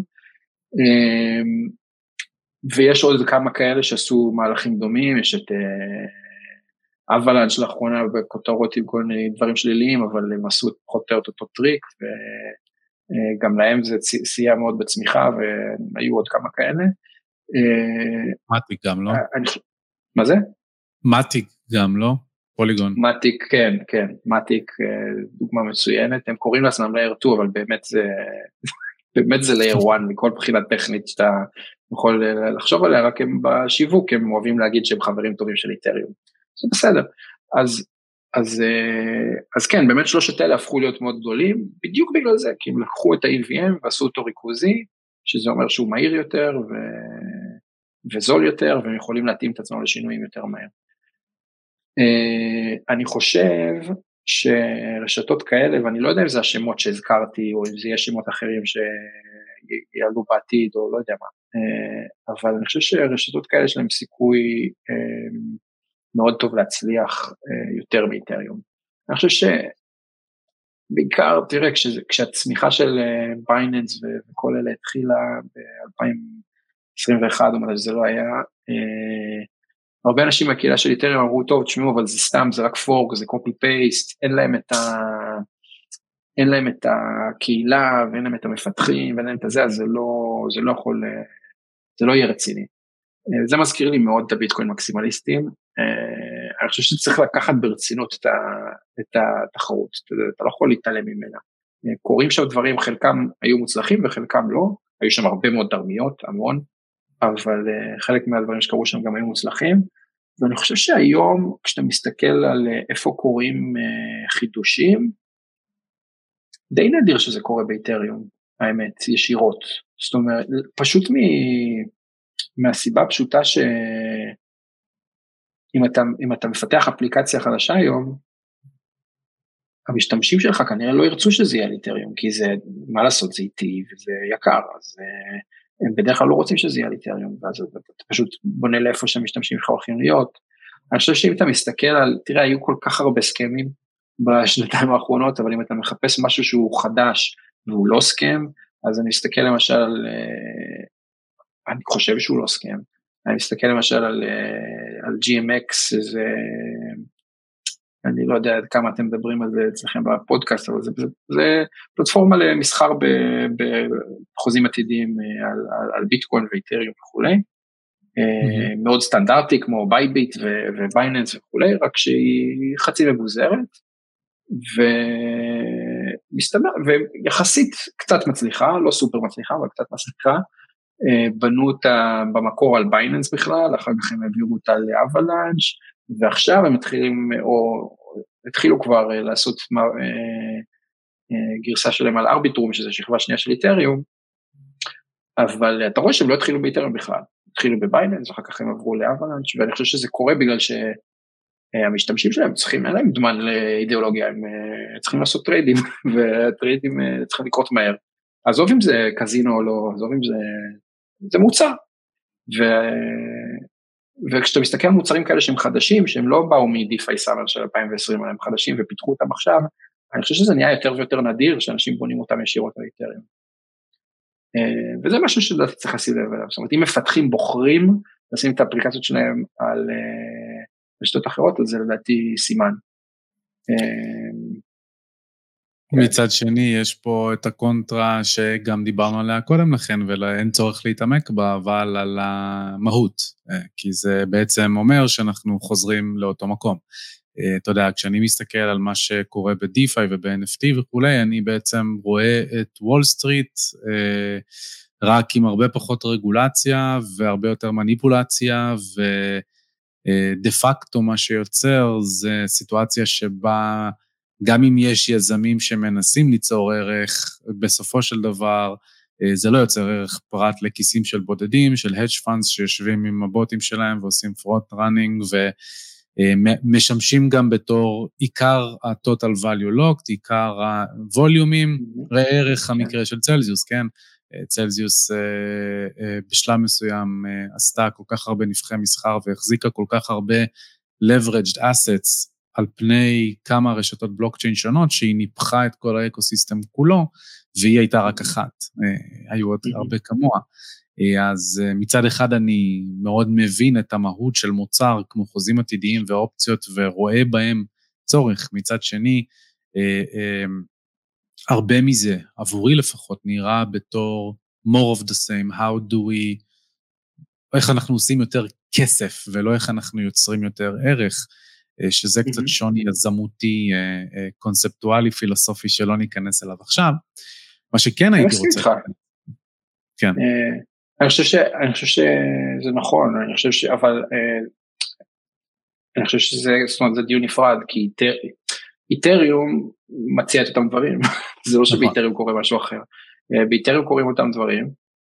ויש עוד כמה כאלה שעשו מהלכים דומים, יש את אבלנץ' לאחרונה בכותרות עם כל מיני דברים שליליים, אבל הם עשו פחות או אותו טריק, וגם להם זה סייע מאוד בצמיחה, והיו עוד כמה כאלה. מטיק גם לא? מה זה? מטיק גם לא? פוליגון. מטיק, כן, כן, מטיק דוגמה מצוינת, הם קוראים לעצמם לייר שתיים, אבל באמת זה, באמת זה לייר אחת מכל בחינה טכנית שאתה יכול לחשוב עליה, רק הם בשיווק, הם אוהבים להגיד שהם חברים טובים של איתריום. זה בסדר. אז, אז, אז כן, באמת שלושת אלה הפכו להיות מאוד גדולים, בדיוק בגלל זה, כי הם לקחו את ה-אי וי אם ועשו אותו ריכוזי, שזה אומר שהוא מהיר יותר ו... וזול יותר, והם יכולים להתאים את עצמם לשינויים יותר מהר. אני חושב שרשתות כאלה, ואני לא יודע אם זה השמות שהזכרתי, או אם זה יהיה שמות אחרים שיעלו בעתיד, או לא יודע מה, אבל אני חושב שרשתות כאלה יש להם סיכוי מאוד טוב להצליח יותר מאיתריום. אני חושב שבעיקר, תראה, כשהצמיחה של בייננס וכל אלה התחילה ב-אלפיים עשרים ואחת, או מתי שזה לא היה, הרבה אנשים מהקהילה של איתריום אמרו, טוב, תשמעו, אבל זה סתם, זה רק פורק, זה קופי פייסט, אין להם את ה... אין להם את הקהילה, ואין להם את המפתחים, ואין להם את זה, אז זה לא, זה לא יכול, זה לא יהיה רציני. זה מזכיר לי מאוד את הביטקוין מקסימליסטים, אני חושב שצריך לקחת ברצינות את התחרות, אתה לא יכול להתעלם ממנה. קוראים שם דברים, חלקם היו מוצלחים וחלקם לא, היו שם הרבה מאוד תרמיות, המון, אבל חלק מהדברים שקרו שם גם היו מוצלחים, ואני חושב שהיום, כשאתה מסתכל על איפה קוראים חידושים, די נדיר שזה קורה באיתריום, האמת, ישירות. זאת אומרת, פשוט מ... מהסיבה הפשוטה שאם אתה, אם אתה מפתח אפליקציה חדשה היום, המשתמשים שלך כנראה לא ירצו שזה יהיה על איתריום, כי זה, מה לעשות, זה איטי וזה יקר, אז הם בדרך כלל לא רוצים שזה יהיה על איתריום, ואז אתה פשוט בונה לאיפה שהמשתמשים שלך הולכים להיות. אני חושב שאם אתה מסתכל על, תראה, היו כל כך הרבה סקמים בשנתיים האחרונות, אבל אם אתה מחפש משהו שהוא חדש והוא לא סקם, אז אני מסתכל למשל, אני חושב שהוא לא סקם, אני מסתכל למשל על, על ג'י אם אקס, זה, אני לא יודע כמה אתם מדברים על זה אצלכם בפודקאסט, אבל זה, זה, זה פלטפורמה למסחר בחוזים עתידיים על, על, על ביטקוין ואיתריום וכולי, mm-hmm. מאוד סטנדרטי כמו בייביט ובייננס וכולי, רק שהיא חצי מבוזרת, ומסתבר, ויחסית קצת מצליחה, לא סופר מצליחה, אבל קצת מצליחה, בנו אותה במקור על בייננס בכלל, אחר כך הם העבירו אותה לאבלנץ', ועכשיו הם מתחילים, או התחילו כבר לעשות גרסה שלהם על ארביטרום, שזה שכבה שנייה של איתריום, אבל אתה רואה שהם לא התחילו באיתריום בכלל, התחילו בבייננס, אחר כך הם עברו לאבלנץ', ואני חושב שזה קורה בגלל שהמשתמשים שלהם צריכים, אין להם זמן לאידיאולוגיה, הם צריכים לעשות טריידים, וטריידים צריכים לקרות מהר. עזוב אם זה קזינו או לא, עזוב אם זה, זה מוצר. ו... וכשאתה מסתכל על מוצרים כאלה שהם חדשים, שהם לא באו מ-דיפיי סאמר של אלפיים ועשרים, הם חדשים ופיתחו אותם עכשיו, אני חושב שזה נהיה יותר ויותר נדיר, שאנשים בונים אותם ישירות על איתריום. וזה משהו שדעתי צריך לשים לב אליו. זאת אומרת, אם מפתחים בוחרים, לשים את האפליקציות שלהם על רשתות אחרות, אז זה לדעתי סימן. מצד שני, יש פה את הקונטרה שגם דיברנו עליה קודם לכן, ואין צורך להתעמק בה, אבל על המהות, כי זה בעצם אומר שאנחנו חוזרים לאותו מקום. אתה יודע, כשאני מסתכל על מה שקורה ב-דיפיי וב-אן אף טי וכולי, אני בעצם רואה את וול סטריט, רק עם הרבה פחות רגולציה, והרבה יותר מניפולציה, ודה פקטו מה שיוצר, זה סיטואציה שבה, גם אם יש יזמים שמנסים ליצור ערך, בסופו של דבר, זה לא יוצר ערך פרט לכיסים של בודדים, של hedge funds שיושבים עם הבוטים שלהם, ועושים front running, ומשמשים גם בתור עיקר ה-total value locked, עיקר הווליומים, ראה ערך המקרה של צלזיוס, כן? צלזיוס בשלב מסוים עשתה כל כך הרבה נפחי מסחר, והחזיקה כל כך הרבה leveraged assets, על פני כמה רשתות בלוקצ'יין שונות, שהיא ניפחה את כל האקוסיסטם כולו, והיא הייתה רק אחת, היו עוד הרבה כמוה. אז מצד אחד אני מאוד מבין את המהות של מוצר, כמו חוזים עתידיים ואופציות, ורואה בהם צורך. מצד שני, הרבה מזה, עבורי לפחות, נראה בתור more of the same, how do we, איך אנחנו עושים יותר כסף, ולא איך אנחנו יוצרים יותר ערך, שזה קצת שוני יזמותי, קונספטואלי, פילוסופי, שלא ניכנס אליו עכשיו. מה שכן הייתי רוצה... כן. אני חושב ש... אני חושב שזה נכון, אני חושב ש... אבל... אני חושב שזה, זאת אומרת, זה דיון נפרד, כי איתריום מציע את אותם דברים, זה לא שבאיתריום קורה משהו אחר. באיתריום קוראים אותם דברים,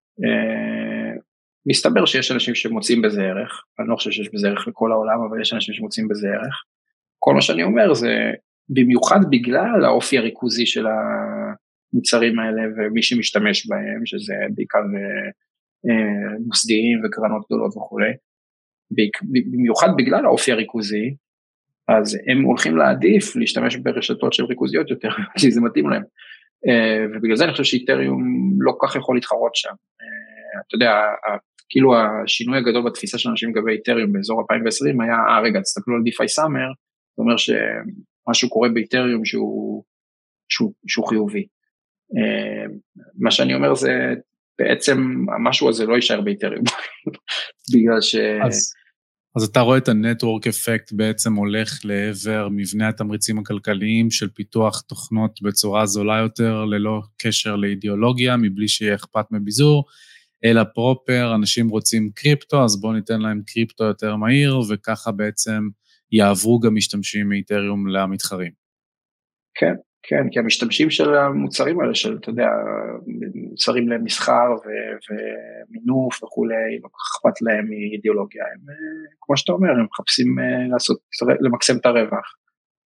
מסתבר שיש אנשים שמוצאים בזה ערך, אני לא חושב שיש בזה ערך לכל העולם, אבל יש אנשים שמוצאים בזה ערך. כל מה שאני אומר זה, במיוחד בגלל האופי הריכוזי של המוצרים האלה, ומי שמשתמש בהם, שזה בעיקר מוסדיים וקרנות גדולות וכו', במיוחד בגלל האופי הריכוזי, אז הם הולכים להעדיף להשתמש ברשתות של ריכוזיות יותר, כי זה מתאים להם. ובגלל זה אני חושב שאיתריום לא כך יכול להתחרות שם. אתה יודע, כאילו השינוי הגדול בתפיסה של אנשים לגבי איתריום באזור אלפיים ועשרים היה, אה רגע, תסתכלו על דיפיי סאמר, זאת אומרת שמשהו קורה באיתריום שהוא, שהוא, שהוא חיובי. מה שאני אומר זה, בעצם המשהו הזה לא יישאר באיתריום, בגלל ש... אז, אז אתה רואה את הנטוורק אפקט בעצם הולך לעבר מבנה התמריצים הכלכליים של פיתוח תוכנות בצורה זולה יותר, ללא קשר לאידיאולוגיה, מבלי שיהיה אכפת מביזור, אלא פרופר, אנשים רוצים קריפטו, אז בואו ניתן להם קריפטו יותר מהיר, וככה בעצם יעברו גם משתמשים מאיתריום למתחרים. כן. כן, כי המשתמשים של המוצרים האלה, של, אתה יודע, מוצרים למסחר ומינוף וכולי, לא אכפת להם מאידיאולוגיה, הם, כמו שאתה אומר, הם מחפשים לעשות, למקסם את הרווח.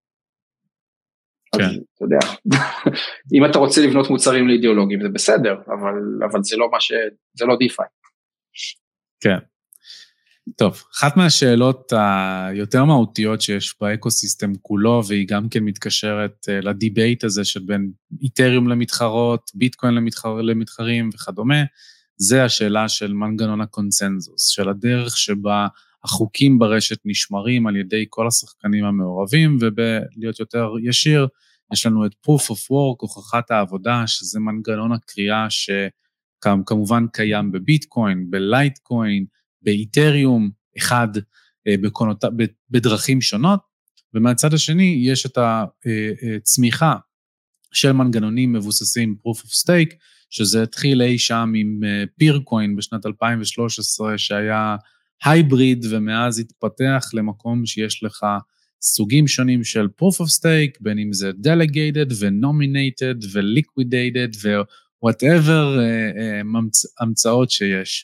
כן. אז, אתה יודע, אם אתה רוצה לבנות מוצרים לאידיאולוגיים, זה בסדר, אבל, אבל זה לא מה ש... זה לא דיפיי. כן. טוב, אחת מהשאלות היותר מהותיות שיש באקוסיסטם כולו, והיא גם כן מתקשרת לדיבייט הזה שבין איתריום למתחרות, ביטקוין למתחר, למתחרים וכדומה, זה השאלה של מנגנון הקונצנזוס, של הדרך שבה החוקים ברשת נשמרים על ידי כל השחקנים המעורבים, ובלהיות יותר ישיר, יש לנו את proof of work, הוכחת העבודה, שזה מנגנון הקריאה שכמובן קיים בביטקוין, בלייטקוין, באיתריום, אחד בקונות, בדרכים שונות, ומהצד השני יש את הצמיחה של מנגנונים מבוססים proof of stake, שזה התחיל אי שם עם פירקוין בשנת אלפיים ושלוש עשרה, שהיה הייבריד, ומאז התפתח למקום שיש לך סוגים שונים של proof of stake, בין אם זה delegated ו-nominated ו-liquidated ו-whatever המצאות שיש.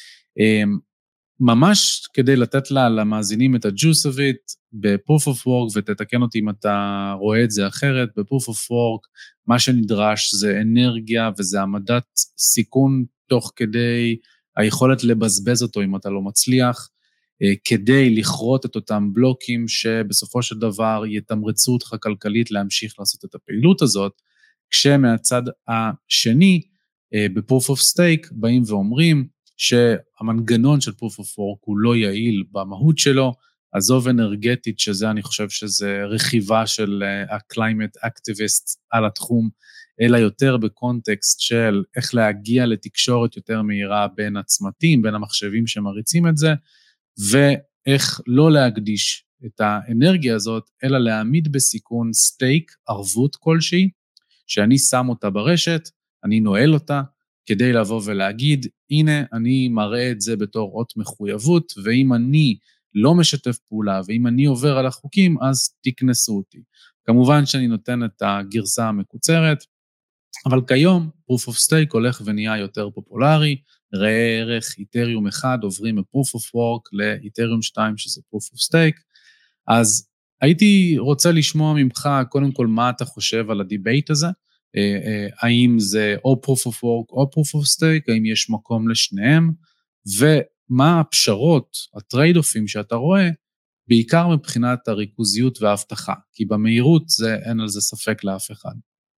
ממש כדי לתת לה למאזינים את ה-juice of it, ב-proof of work, ותתקן אותי אם אתה רואה את זה אחרת, ב-proof of work, מה שנדרש זה אנרגיה, וזה עמדת סיכון תוך כדי היכולת לבזבז אותו אם אתה לא מצליח, כדי לכרות את אותם בלוקים שבסופו של דבר יתמרצו אותך כלכלית להמשיך לעשות את הפעילות הזאת, כשמהצד השני, ב-proof of stake, באים ואומרים שהמנגנון של proof of work הוא לא יעיל במהות שלו, עזוב אנרגטית, שזה אני חושב שזה רכיבה של ה-climate activists על התחום, אלא יותר בקונטקסט של איך להגיע לתקשורת יותר מהירה בין הצמתים, בין המחשבים שמריצים את זה, ואיך לא להקדיש את האנרגיה הזאת, אלא להעמיד בסיכון סטייק, ערבות כלשהי, שאני שם אותה ברשת, אני נועל אותה, כדי לבוא ולהגיד, הנה אני מראה את זה בתור אות מחויבות, ואם אני לא משתף פעולה, ואם אני עובר על החוקים, אז תכנסו אותי. כמובן שאני נותן את הגרסה המקוצרת, אבל כיום proof of stake הולך ונהיה יותר פופולרי, ראה ערך איתריום אחד עוברים מ-proof of work לאיתריום שתיים שזה proof of stake, אז הייתי רוצה לשמוע ממך קודם כל מה אתה חושב על הדיבייט הזה, האם זה או proof of work או proof of stake, האם יש מקום לשניהם, ומה הפשרות, הטרייד-אופים שאתה רואה, בעיקר מבחינת הריכוזיות וההבטחה, כי במהירות זה, אין על זה ספק לאף אחד.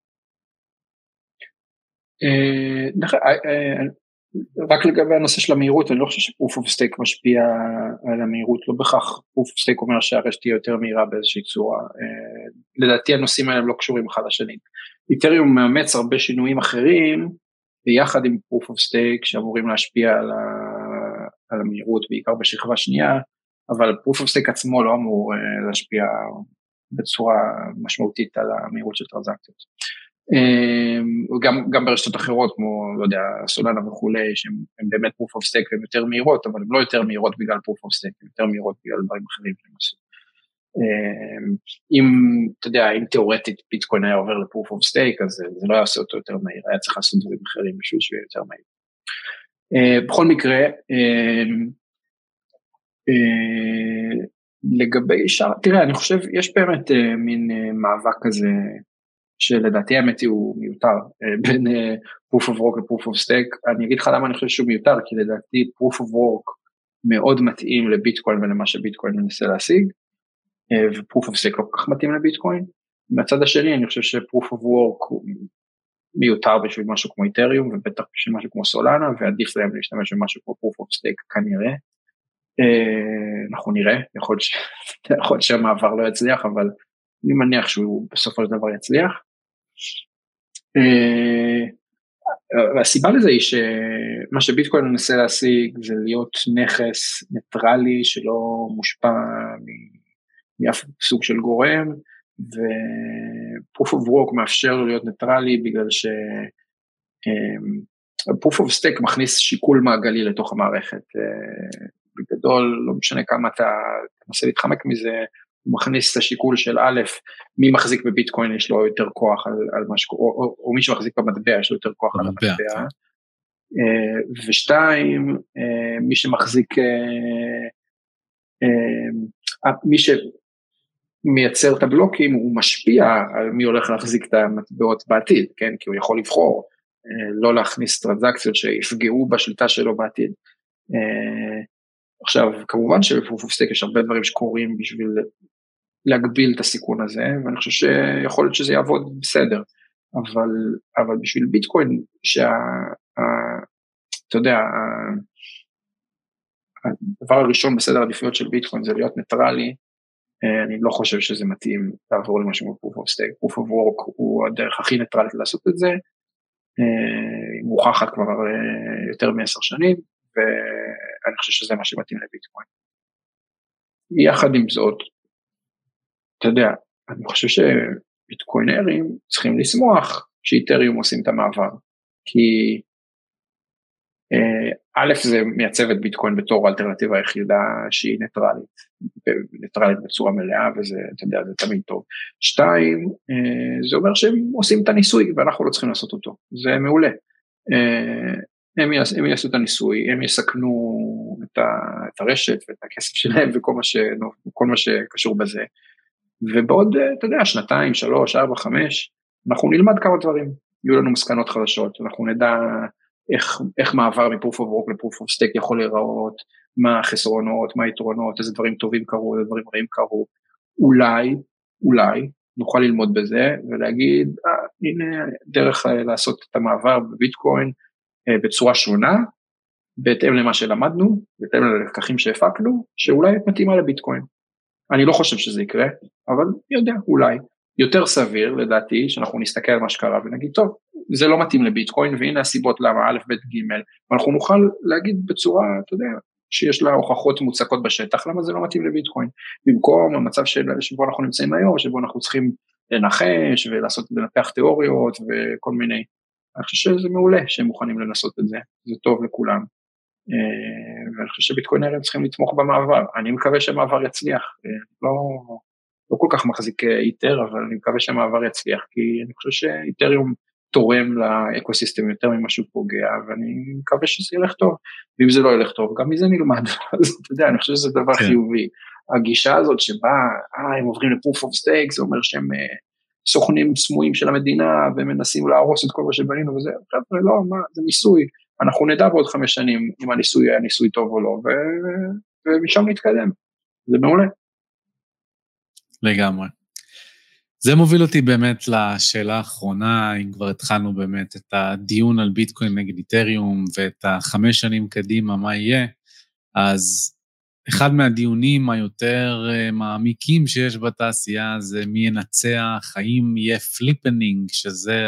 רק לגבי הנושא של המהירות, אני לא חושב ש-proof of stake משפיע על המהירות, לא בכך, proof of stake אומר שהרשת תהיה יותר מהירה באיזושהי צורה, לדעתי הנושאים האלה הם לא קשורים אחד לשני. איתריום מאמץ הרבה שינויים אחרים, ביחד עם proof of stake שאמורים להשפיע על, ה... על המהירות, בעיקר בשכבה שנייה, אבל proof of stake עצמו לא אמור להשפיע בצורה משמעותית על המהירות של טרנזקציות. גם, גם ברשתות אחרות, כמו, לא יודע, סולנה וכולי, שהן באמת proof of stake והן יותר מהירות, אבל הן לא יותר מהירות בגלל proof of stake, הן יותר מהירות בגלל דברים אחרים שהם עשו. אם, אתה יודע, אם תיאורטית ביטקוין היה עובר ל-proof of stake, אז זה לא יעשה אותו יותר מהיר, היה צריך לעשות דברים אחרים בשביל שיהיה יותר מהיר. בכל מקרה, לגבי שאר, תראה, אני חושב, יש באמת מין מאבק כזה, שלדעתי האמת הוא מיותר, בין proof of work ל-proof of stake, אני אגיד לך למה אני חושב שהוא מיותר, כי לדעתי proof of work מאוד מתאים לביטקוין ולמה שביטקוין מנסה להשיג, ו-proof of stake לא כל כך מתאים לביטקוין. מהצד השני אני חושב ש-proof of work הוא מיותר בשביל משהו כמו איתריום, ובטח בשביל משהו כמו סולנה, ועדיף להם להשתמש במשהו כמו proof of stake כנראה. אנחנו נראה, יכול להיות שהמעבר לא יצליח, אבל אני מניח שהוא בסופו של דבר יצליח. והסיבה לזה היא שמה שביטקוין מנסה להשיג זה להיות נכס ניטרלי שלא מושפע מאף סוג של גורם, ו-proof of work מאפשר להיות ניטרלי בגלל ש proof of stake מכניס שיקול מעגלי לתוך המערכת, בגדול לא משנה כמה אתה מנסה להתחמק מזה, הוא מכניס את השיקול של א', מי מחזיק בביטקוין יש לו יותר כוח על, על מה שקורה, או, או, או מי שמחזיק במטבע יש לו יותר כוח במטבע, על המטבע, uh, ושתיים, uh, מי שמחזיק, uh, uh, מי שמייצר את הבלוקים, הוא משפיע על מי הולך להחזיק את המטבעות בעתיד, כן? כי הוא יכול לבחור, uh, לא להכניס טרנזקציות שיפגעו בשליטה שלו בעתיד. Uh, עכשיו, כמובן שבפרוף אוף סטייק יש הרבה דברים שקורים בשביל להגביל את הסיכון הזה, ואני חושב שיכול להיות שזה יעבוד בסדר, אבל, אבל בשביל ביטקוין, שה, ה, אתה יודע, ה, הדבר הראשון בסדר העדיפויות של ביטקוין זה להיות ניטרלי, אני לא חושב שזה מתאים לעבור למשהו כמו proof of stake, proof of work הוא הדרך הכי ניטרלית לעשות את זה, היא מוכחת כבר יותר מעשר שנים, ואני חושב שזה מה שמתאים לביטקוין. יחד עם זאת, אתה יודע, אני חושב שביטקוינרים צריכים לשמוח שאיתריום עושים את המעבר, כי א' זה מייצב את ביטקוין בתור האלטרנטיבה היחידה שהיא ניטרלית, ניטרלית בצורה מלאה, וזה, אתה יודע, זה תמיד טוב. שתיים, זה אומר שהם עושים את הניסוי, ואנחנו לא צריכים לעשות אותו, זה מעולה. הם, הם יעשו את הניסוי, הם יסכנו את, ה, את הרשת ואת הכסף שלהם וכל מה, ש, כל מה שקשור בזה, ובעוד, אתה יודע, שנתיים, שלוש, ארבע, חמש, אנחנו נלמד כמה דברים, יהיו לנו מסקנות חדשות, אנחנו נדע איך, איך מעבר מ-proof of work ל-proof of stake יכול להיראות, מה החסרונות, מה היתרונות, איזה דברים טובים קרו, איזה דברים רעים קרו, אולי, אולי, נוכל ללמוד בזה ולהגיד, אה, הנה דרך לעשות את המעבר בביטקוין, בצורה שונה, בהתאם למה שלמדנו, בהתאם ללקחים שהפקנו, שאולי מתאימה לביטקוין. אני לא חושב שזה יקרה, אבל יודע, אולי. יותר סביר, לדעתי, שאנחנו נסתכל על מה שקרה ונגיד, טוב, זה לא מתאים לביטקוין, והנה הסיבות למה, א', ב', ג', ואנחנו נוכל להגיד בצורה, אתה יודע, שיש לה הוכחות מוצקות בשטח, למה זה לא מתאים לביטקוין. במקום המצב שבו אנחנו נמצאים היום, שבו אנחנו צריכים לנחש ולעשות, לנפח תיאוריות וכל מיני, אני חושב שזה מעולה שהם מוכנים לנסות את זה, זה טוב לכולם, ואני חושב שביטקוינרים צריכים לתמוך במעבר, אני מקווה שהמעבר יצליח, לא, לא כל כך מחזיק איתר, אבל אני מקווה שהמעבר יצליח, כי אני חושב שאיתריום תורם לאקוסיסטם יותר ממה שהוא פוגע, ואני מקווה שזה ילך טוב, ואם זה לא ילך טוב, גם מזה נלמד, אז אתה יודע, אני חושב שזה דבר חיובי, הגישה הזאת שבה, אה, הם עוברים ל-proof of stake, זה אומר שהם סוכנים סמויים של המדינה, ומנסים להרוס את כל מה שבנינו וזה, חבר'ה, לא, מה, זה ניסוי, אנחנו נדע בעוד חמש שנים, אם הניסוי היה ניסוי טוב או לא, ומשם נתקדם, זה מעולה. לגמרי. זה מוביל אותי באמת לשאלה האחרונה, אם כבר התחלנו באמת את הדיון על ביטקוין נגד איתריום, ואת החמש שנים קדימה, מה יהיה, אז אחד מהדיונים היותר מעמיקים שיש בתעשייה, זה מי ינצח, האם יהיה פליפנינג, שזה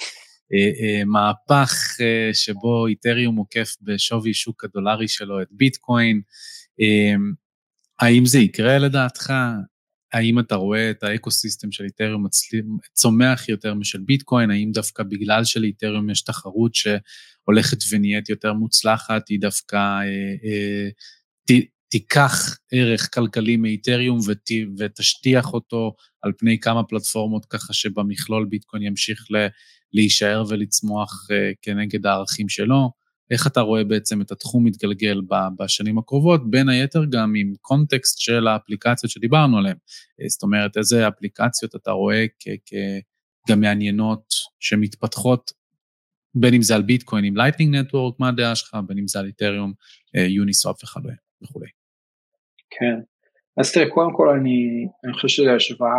המהפך שבו איתריום עוקף בשווי שוק הדולרי שלו את ביטקוין, האם זה יקרה לדעתך? האם אתה רואה את האקוסיסטם של איתריום צומח יותר משל ביטקוין? האם דווקא בגלל שלאיתריום יש תחרות שהולכת ונהיית יותר מוצלחת, היא דווקא אה, אה, ת, תיקח ערך כלכלי מאיתריום ות, ותשטיח אותו על פני כמה פלטפורמות, ככה שבמכלול ביטקוין ימשיך ל, להישאר ולצמוח אה, כנגד הערכים שלו? איך אתה רואה בעצם את התחום מתגלגל בשנים הקרובות, בין היתר גם עם קונטקסט של האפליקציות שדיברנו עליהן. זאת אומרת, איזה אפליקציות אתה רואה כגם מעניינות שמתפתחות, בין אם זה על ביטקוין עם לייטנינג נטוורק, מה הדעה שלך, בין אם זה על איתריום, יוניסוואפ וכו'. כן, אז תראה, קודם כל אני, אני חושב שזה השוואה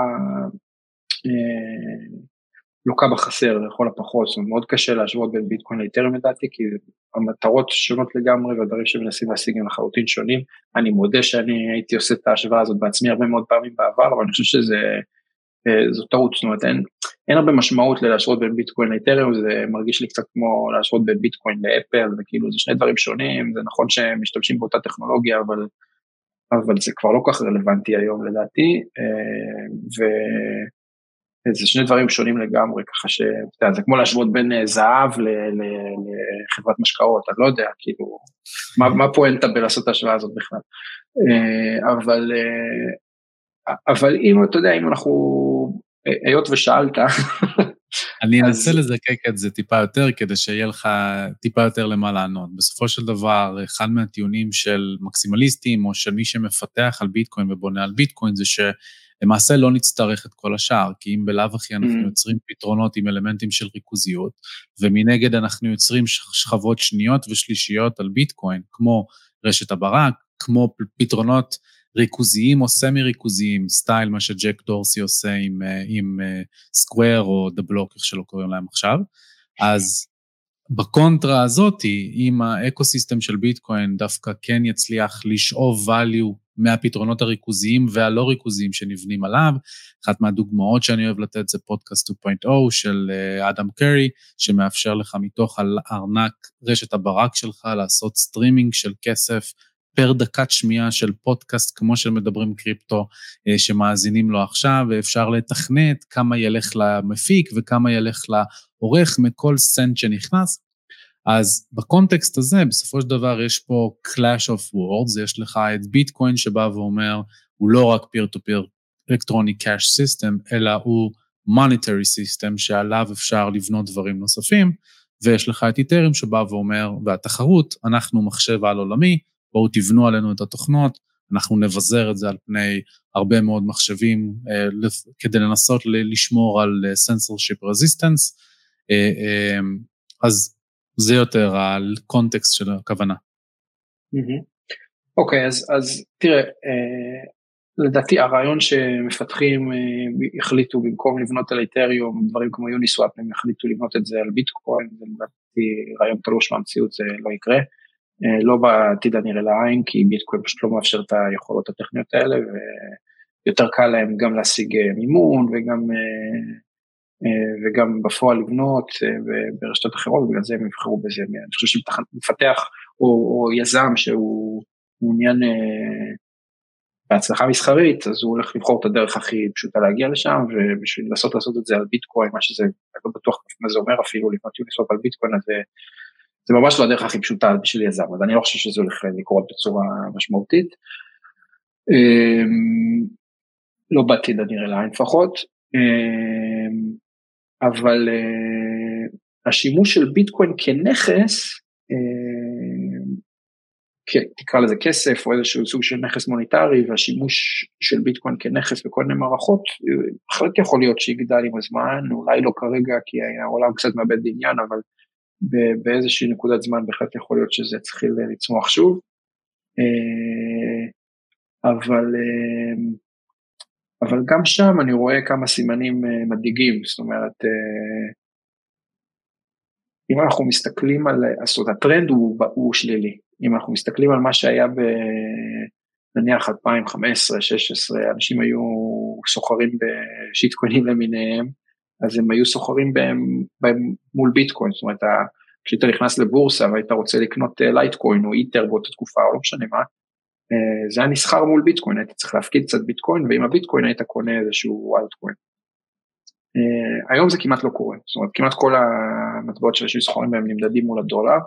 אה, לוקה בחסר לכל הפחות, זאת אומרת, מאוד קשה להשוות בין ביטקוין לאיתריום לדעתי, כי המטרות שונות לגמרי, והדברים שמנסים להשיג הם לחלוטין שונים. אני מודה שאני הייתי עושה את ההשוואה הזאת בעצמי הרבה מאוד פעמים בעבר, אבל אני חושב שזה, זו טעות, זאת אומרת, אין, אין הרבה משמעות ללהשוות בין ביטקוין לאיתריום, זה מרגיש לי קצת כמו להשוות בין ביטקוין לאפל, וכאילו זה שני דברים שונים, זה נכון שהם משתמשים באותה טכנולוגיה, אבל, אבל זה כבר לא כך רלוונטי היום לדעתי, ו... זה שני דברים שונים לגמרי, ככה ש... זה כמו להשוות בין זהב לחברת משקאות, אני לא יודע, כאילו, מה, מה פואנטה בלעשות את ההשוואה הזאת בכלל. אבל, אבל אם אתה יודע, אם אנחנו, היות ושאלת, אני אנסה לזקק את זה טיפה יותר, כדי שיהיה לך טיפה יותר למה לענות. בסופו של דבר, אחד מהטיעונים של מקסימליסטים, או של מי שמפתח על ביטקוין ובונה על ביטקוין, זה ש... למעשה לא נצטרך את כל השאר, כי אם בלאו הכי אנחנו יוצרים פתרונות עם אלמנטים של ריכוזיות, ומנגד אנחנו יוצרים שכבות שניות ושלישיות על ביטקוין, כמו רשת הברק, כמו פתרונות ריכוזיים או סמי ריכוזיים, סטייל מה שג'ק דורסי עושה עם, עם סקוואר או The Block, איך שלא קוראים להם עכשיו. אז בקונטרה הזאת, אם האקוסיסטם של ביטקוין דווקא כן יצליח לשאוב value מהפתרונות הריכוזיים והלא ריכוזיים שנבנים עליו, אחת מהדוגמאות שאני אוהב לתת זה פודקאסט שתיים נקודה אפס של אדם קרי, שמאפשר לך מתוך הארנק רשת הברק שלך לעשות סטרימינג של כסף פר דקת שמיעה של פודקאסט, כמו שמדברים קריפטו, שמאזינים לו עכשיו, ואפשר לתכנת כמה ילך למפיק וכמה ילך לעורך מכל סנט שנכנס. אז בקונטקסט הזה, בסופו של דבר יש פה clash of worlds, יש לך את ביטקוין שבא ואומר, הוא לא רק peer-to-peer electronic cash system, אלא הוא monetary system שעליו אפשר לבנות דברים נוספים, ויש לך את איתריום שבא ואומר, והתחרות, אנחנו מחשב על עולמי, בואו תבנו עלינו את התוכנות, אנחנו נבזר את זה על פני הרבה מאוד מחשבים, כדי לנסות לשמור על censorship resistance, אז זה יותר על קונטקסט של הכוונה. אוקיי, אז תראה, לדעתי הרעיון שמפתחים החליטו במקום לבנות על איתריום, דברים כמו יוניסוואפ, הם החליטו לבנות את זה על ביטקוין, לדעתי רעיון תלוש מהמציאות זה לא יקרה, לא בעתיד הנראה לעין, כי ביטקוין פשוט לא מאפשר את היכולות הטכניות האלה, ויותר קל להם גם להשיג מימון, וגם... וגם בפועל לבנות ברשתות אחרות, ובגלל זה הם יבחרו בזה. אני חושב שמפתח או, או יזם שהוא מעוניין בהצלחה מסחרית, אז הוא הולך לבחור את הדרך הכי פשוטה להגיע לשם, ובשביל לנסות לעשות את זה על ביטקוין, מה שזה, אני לא בטוח מה זה אומר אפילו, לבנות יוניסוואפ על ביטקוין, אז זה, זה ממש לא הדרך הכי פשוטה בשביל יזם, אז אני לא חושב שזה הולך לקרות בצורה משמעותית. לא בעתיד הנראה לעין לפחות, אבל uh, השימוש של ביטקוין כנכס, uh, תקרא לזה כסף או איזשהו סוג של נכס מוניטרי, והשימוש של ביטקוין כנכס בכל מיני מערכות, בהחלט יכול להיות שיגדל עם הזמן, אולי לא כרגע כי העולם קצת מאבד עניין, אבל באיזושהי נקודת זמן בהחלט יכול להיות שזה צריך לצמוח שוב, uh, אבל... Uh, אבל גם שם אני רואה כמה סימנים מדאיגים, זאת אומרת, אם אנחנו מסתכלים על, זאת אומרת, הטרנד הוא, הוא שלילי, אם אנחנו מסתכלים על מה שהיה בנניח אלפיים וחמש עשרה שש עשרה, אנשים היו סוחרים בשיטקוינים למיניהם, אז הם היו סוחרים בהם, בהם מול ביטקוין, זאת אומרת, כשאתה נכנס לבורסה והיית רוצה לקנות לייטקוין או איתר באותה תקופה, או לא משנה מה, זה היה נסחר מול ביטקוין, היית צריך להפקיד קצת ביטקוין, ועם הביטקוין היית קונה איזשהו אלטקוין. היום זה כמעט לא קורה, זאת אומרת, כמעט כל המטבעות של סחורים בהם נמדדים מול הדולר.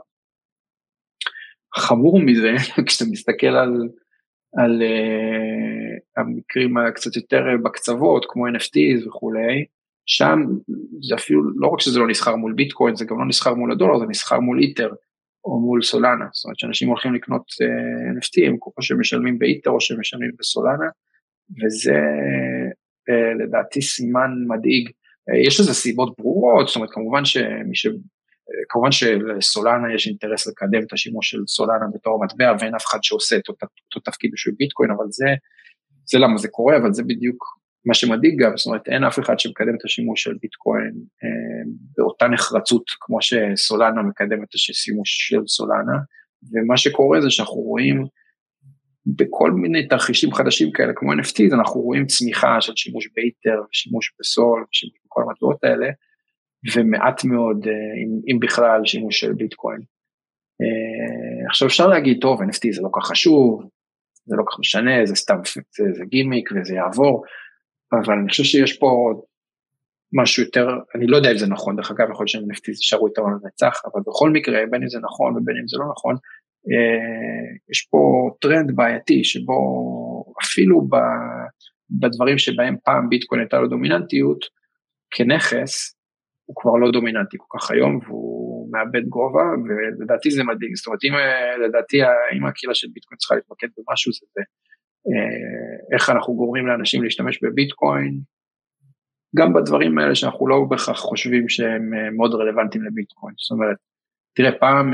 חמור מזה, כשאתה מסתכל על, על uh, המקרים הקצת יותר בקצוות, כמו אן אף טיז וכולי, שם זה אפילו, לא רק שזה לא נסחר מול ביטקוין, זה גם לא נסחר מול הדולר, זה נסחר מול איתר, או מול סולנה, זאת אומרת שאנשים הולכים לקנות uh, אן אף טי, הם או שמשלמים באיתר, או שמשלמים בסולנה, וזה uh, לדעתי סימן מדאיג, uh, יש לזה סיבות ברורות, זאת אומרת כמובן שמי ש... כמובן שלסולנה יש אינטרס לקדם את השימוש של סולנה בתור מטבע, ואין אף אחד שעושה את אותו תפקיד בשביל ביטקוין, אבל זה, זה למה זה קורה, אבל זה בדיוק מה שמדאיג גם, זאת אומרת, אין אף אחד שמקדם את השימוש של ביטקוין אה, באותה נחרצות, כמו שסולנה מקדם את השימוש של סולנה, ומה שקורה זה שאנחנו רואים בכל מיני תרחישים חדשים כאלה, כמו אן אף טי, אנחנו רואים צמיחה של שימוש באיתר, שימוש בסול, שימוש בכל המטבעות האלה, ומעט מאוד, אם, אם בכלל, שימוש של ביטקוין. עכשיו אפשר להגיד, טוב, אן אף טי זה לא כך חשוב, זה לא כך משנה, זה סתם, זה, זה גימיק וזה יעבור, אבל אני חושב שיש פה משהו יותר, אני לא יודע אם זה נכון, דרך אגב, יכול להיות ש-אן אף טי זה שרו איתו לנצח, אבל בכל מקרה, בין אם זה נכון ובין אם זה לא נכון, יש פה טרנד בעייתי, שבו אפילו בדברים שבהם פעם ביטקוין הייתה לו דומיננטיות, כנכס, הוא כבר לא דומיננטי כל כך היום, והוא מאבד גובה, ולדעתי זה מדהים, זאת אומרת, אם, לדעתי, אם הקהילה של ביטקוין צריכה להתמקד במשהו, זה זה, איך אנחנו גורמים לאנשים להשתמש בביטקוין, גם בדברים האלה שאנחנו לא בכך חושבים שהם מאוד רלוונטיים לביטקוין, זאת אומרת, תראה, פעם,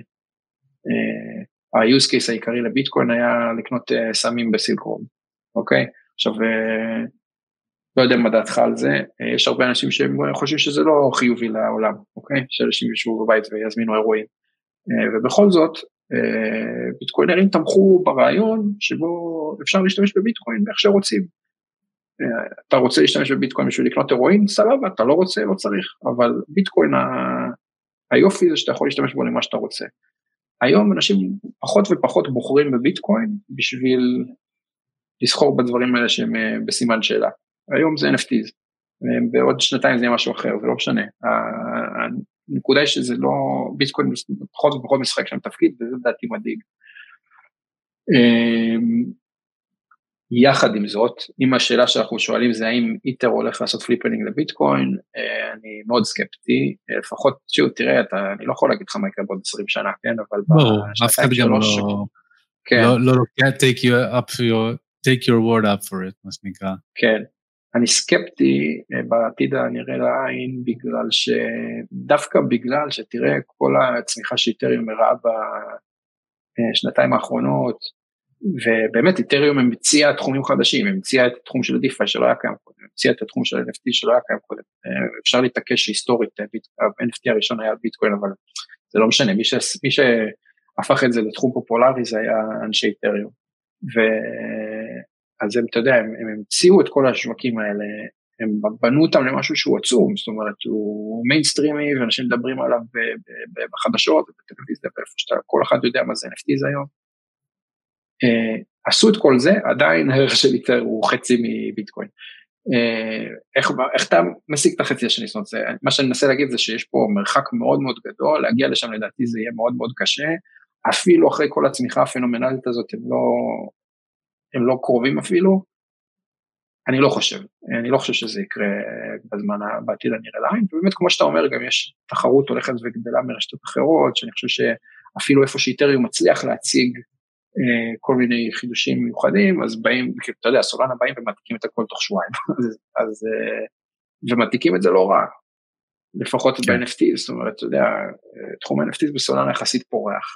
ה-use case העיקרי לביטקוין היה לקנות סמים בסילקרום, אוקיי? עכשיו, לא יודע מה דעתך על זה, יש הרבה אנשים שחושבים שזה לא חיובי לעולם, אוקיי? שאנשים ישבו בבית ויזמינו אירועים, ובכל זאת, ביטקוינרים תמכו ברעיון שבו אפשר להשתמש בביטקוין באיך שרוצים. אתה רוצה להשתמש בביטקוין בשביל לקנות אירועים, סבבה, אתה לא רוצה, לא צריך, אבל ביטקוין, היופי זה שאתה יכול להשתמש בו למה שאתה רוצה. היום אנשים פחות ופחות בוחרים בביטקוין בשביל לסחור בדברים האלה שהם בסימן שאלה. היום זה אן אף טיז, בעוד שנתיים זה יהיה משהו אחר, זה לא משנה. הנקודה היא שזה לא, ביטקוין פחות ופחות משחק שם תפקיד, וזה דעתי מדאיג. יחד עם זאת, אם השאלה שאנחנו שואלים זה האם איתר הולך לעשות פליפנינג לביטקוין, אני מאוד סקפטי, לפחות שהוא תראה, אני לא יכול להגיד לך מה יקרה בעוד עשרים שנה, כן, אבל בשנתיים שלוש, לא לוקח, take your word up for it, מה שנקרא. כן. אני סקפטי בעתיד הנראה לעין, בגלל ש... דווקא בגלל שתראה כל הצמיחה שאיתריום הראה בשנתיים האחרונות, ובאמת איתריום המציאה תחומים חדשים, המציאה את התחום של ה-דיפיי שלא היה קיים קודם, המציאה את התחום של ה-אן אף טי שלא היה קיים קודם, אפשר להתעקש שהיסטורית, ה-אן אף טי הראשון היה ביטקוין, אבל זה לא משנה, מי, ש... מי שהפך את זה לתחום פופולרי, זה היה אנשי איתריום, ו... אז הם, אתה יודע, הם, הם המציאו את כל השווקים האלה, הם בנו אותם למשהו שהוא עצום, זאת אומרת, הוא מיינסטרימי, ואנשים מדברים עליו בחדשות, ובטלוויזיה, ואיפה שאתה, כל אחד יודע מה זה אן אף טי זה היום. עשו את כל זה, עדיין הערך של איתר הוא חצי מביטקוין. איך, איך אתה משיג את החצי השני? זאת אומרת, מה שאני מנסה להגיד זה שיש פה מרחק מאוד מאוד גדול, להגיע לשם לדעתי זה יהיה מאוד מאוד קשה, אפילו אחרי כל הצמיחה הפנומנלית הזאת, הם לא... הם לא קרובים אפילו, אני לא חושב, אני לא חושב שזה יקרה בזמן בעתיד הנראה לעין, ובאמת כמו שאתה אומר, גם יש תחרות הולכת וגדלה מרשתות אחרות, שאני חושב שאפילו איפה שאיתריום מצליח להציג אה, כל מיני חידושים מיוחדים, אז באים, אתה יודע, סולנה באים ומתיקים את הכל תוך שבועיים, אז, אז, אה, ומתיקים את זה לא רע, לפחות ב-אן אף טי, זאת אומרת, אתה יודע, תחום ה-אן אף טי בסולנה יחסית פורח,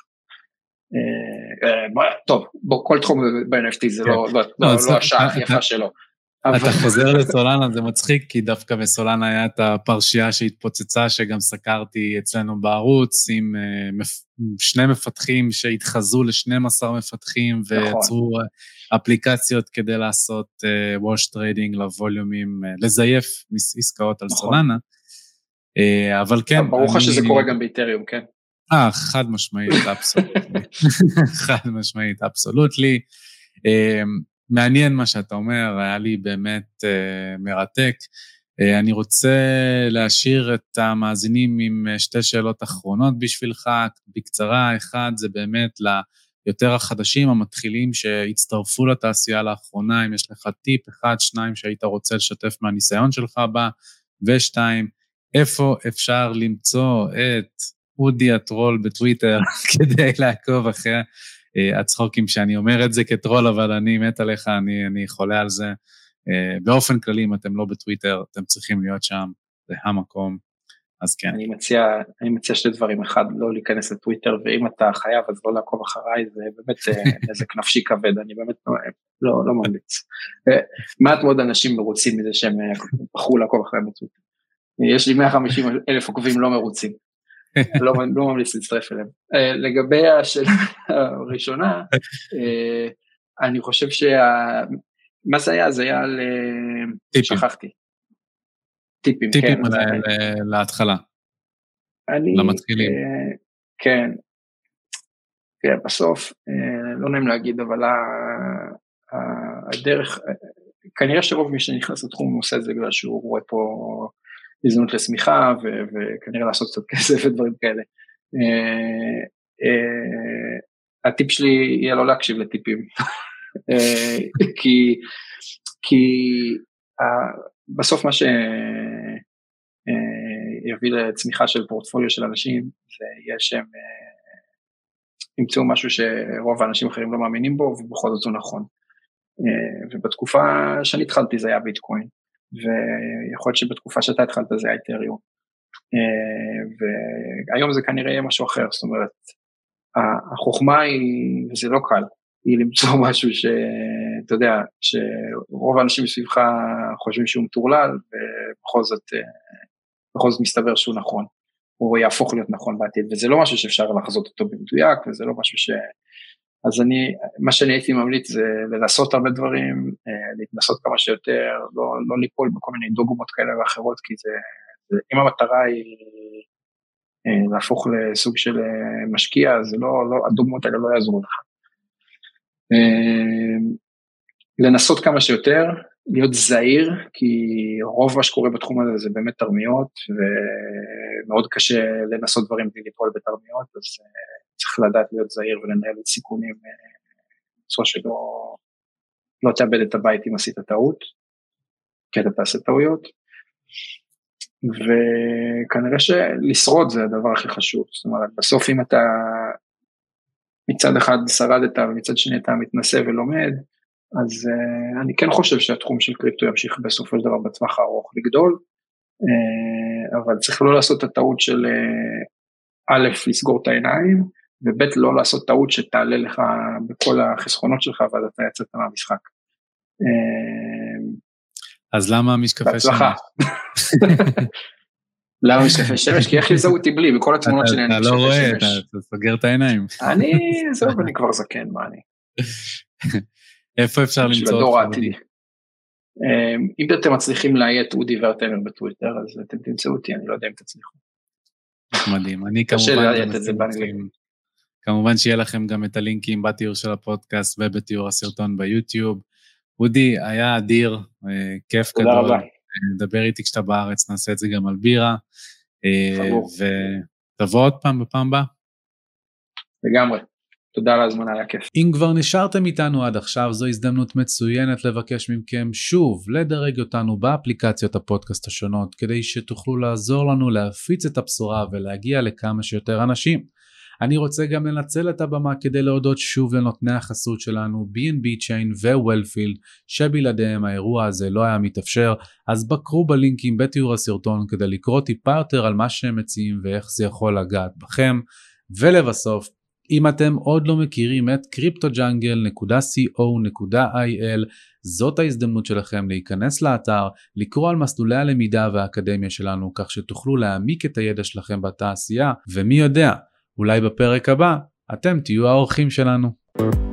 טוב, כל תחום ב-אן אף טי זה לא השעה הכי יפה שלו. אתה חוזר לסולנה, זה מצחיק, כי דווקא בסולנה היה את הפרשייה שהתפוצצה, שגם סקרתי אצלנו בערוץ, עם שני מפתחים שהתחזו ל-שנים עשר מפתחים, ויצרו אפליקציות כדי לעשות ווש טריידינג לווליומים, לזייף עסקאות על סולנה. אבל כן. ברוך השם שזה קורה גם באיתריום, כן. אה, חד משמעית, אבסולוטלי. חד משמעית, אבסולוטלי. מעניין מה שאתה אומר, היה לי באמת מרתק. אני רוצה להשאיר את המאזינים עם שתי שאלות אחרונות בשבילך, בקצרה. אחד זה באמת ליותר החדשים, המתחילים שהצטרפו לתעשייה לאחרונה, אם יש לך טיפ אחד, שניים שהיית רוצה לשתף מהניסיון שלך בה, ושתיים, איפה אפשר למצוא את אודי הטרול בטוויטר כדי לעקוב אחרי הצחוקים שאני אומר את זה כטרול, אבל אני מת עליך, אני, אני חולה על זה. באופן כללי, אם אתם לא בטוויטר, אתם צריכים להיות שם, זה המקום, אז כן. אני מציע, אני מציע שתי דברים, אחד, לא להיכנס לטוויטר, ואם אתה חייב, אז לא לעקוב אחריי, זה באמת נזק נפשי כבד, אני באמת לא, לא ממליץ. מעט מאוד אנשים מרוצים מזה שהם בחרו לעקוב אחריי בטוויטר. יש לי מאה וחמישים אלף עוקבים לא מרוצים. לא, לא ממליץ להצטרף אליהם. לגבי השאלה הראשונה, אני חושב שה... מה זה היה? זה היה על... טיפים. שכחתי. טיפים, טיפים כן. להתחלה. אני... למתחילים. כן. כן, בסוף, לא נעים להגיד, אבל הדרך... כנראה שרוב מי שנכנס לתחום עושה את זה בגלל שהוא רואה פה הזדמנות לסמיכה, וכנראה לעשות קצת כסף ודברים כאלה. הטיפ שלי יהיה לא להקשיב לטיפים. כי, כי בסוף מה שיביא לצמיחה של פורטפוליו של אנשים, זה יהיה שהם ימצאו משהו שרוב האנשים אחרים לא מאמינים בו, ובכל זאת הוא נכון. ובתקופה שאני התחלתי זה היה ביטקוין, ויכול להיות שבתקופה שאתה התחלת זה היה איתריום, והיום זה כנראה יהיה משהו אחר, זאת אומרת, החוכמה היא, וזה לא קל, היא למצוא משהו שאתה יודע, שרוב האנשים מסביבך חושבים שהוא מטורלל, ובכל זאת, בכל זאת מסתבר שהוא נכון, הוא יהפוך להיות נכון בעתיד, וזה לא משהו שאפשר לחזות אותו במדויק, וזה לא משהו ש... אז אני, מה שאני הייתי ממליץ זה לנסות הרבה דברים, להתנסות כמה שיותר, לא, לא ליפול בכל מיני דוגמות כאלה ואחרות, כי זה, זה אם המטרה היא להפוך לסוג של משקיע, אז לא, לא, הדוגמות האלה לא יעזרו לך. לנסות כמה שיותר, להיות זהיר, כי רוב מה שקורה בתחום הזה זה באמת תרמיות, ומאוד קשה לנסות דברים בלי ליפול בתרמיות, אז צריך לדעת להיות זהיר ולנהל את סיכונים, בצורה שלא לא תאבד את הבית אם עשית טעות, כי אתה תעשה טעויות, וכנראה שלשרוד זה הדבר הכי חשוב, זאת אומרת, בסוף אם אתה מצד אחד שרדת ומצד שני אתה מתנסה ולומד, אז uh, אני כן חושב שהתחום של קריפטו ימשיך בסופו של דבר בטווח הארוך לגדול, uh, אבל צריך לא לעשות את הטעות של uh, א', לסגור את העיניים, וב', לא לעשות טעות שתעלה לך בכל החסכונות שלך, ואז אתה יצאת מהמשחק. Uh, אז למה משקפי שמש? למה משקפי שמש? כי איך יזהו אותי בלי, בכל התמונות שלי אני משקפי שמש. אתה לא רואה, אתה סוגר את העיניים. אני, זהו, אני כבר זקן, מה אני? איפה אפשר למצוא? של הדור העתידי. אם אתם מצליחים להיית אודי ורטמר בטוויטר, אז אתם תמצאו אותי, אני לא יודע אם תצליחו. מדהים, אני כמובן, כמובן שיהיה לכם גם את הלינקים בתיאור של הפודקאסט ובתיאור הסרטון ביוטיוב. אודי, היה אדיר, כיף גדול. תודה רבה. נדבר איתי כשאתה בארץ, נעשה את זה גם על בירה, ותבוא עוד פעם בפעם הבאה. לגמרי. תודה על הזמן, היה כיף. אם כבר נשארתם איתנו עד עכשיו, זו הזדמנות מצוינת לבקש מכם שוב לדרג אותנו באפליקציות הפודקאסט השונות, כדי שתוכלו לעזור לנו להפיץ את הבשורה ולהגיע לכמה שיותר אנשים. אני רוצה גם לנצל את הבמה כדי להודות שוב לנותני החסות שלנו, בי אנד בי Chain ו-Wellfield, שבלעדיהם האירוע הזה לא היה מתאפשר, אז בקרו בלינקים בתיאור הסרטון כדי לקרוא טיפה יותר על מה שהם מציעים ואיך זה יכול לגעת בכם. ולבסוף, אם אתם עוד לא מכירים את קריפטו ג'אנגל נקודה קו נקודה איי אל, זאת ההזדמנות שלכם להיכנס לאתר, לקרוא על מסלולי הלמידה והאקדמיה שלנו, כך שתוכלו להעמיק את הידע שלכם בתעשייה, ומי יודע, אולי בפרק הבא אתם תהיו האורחים שלנו.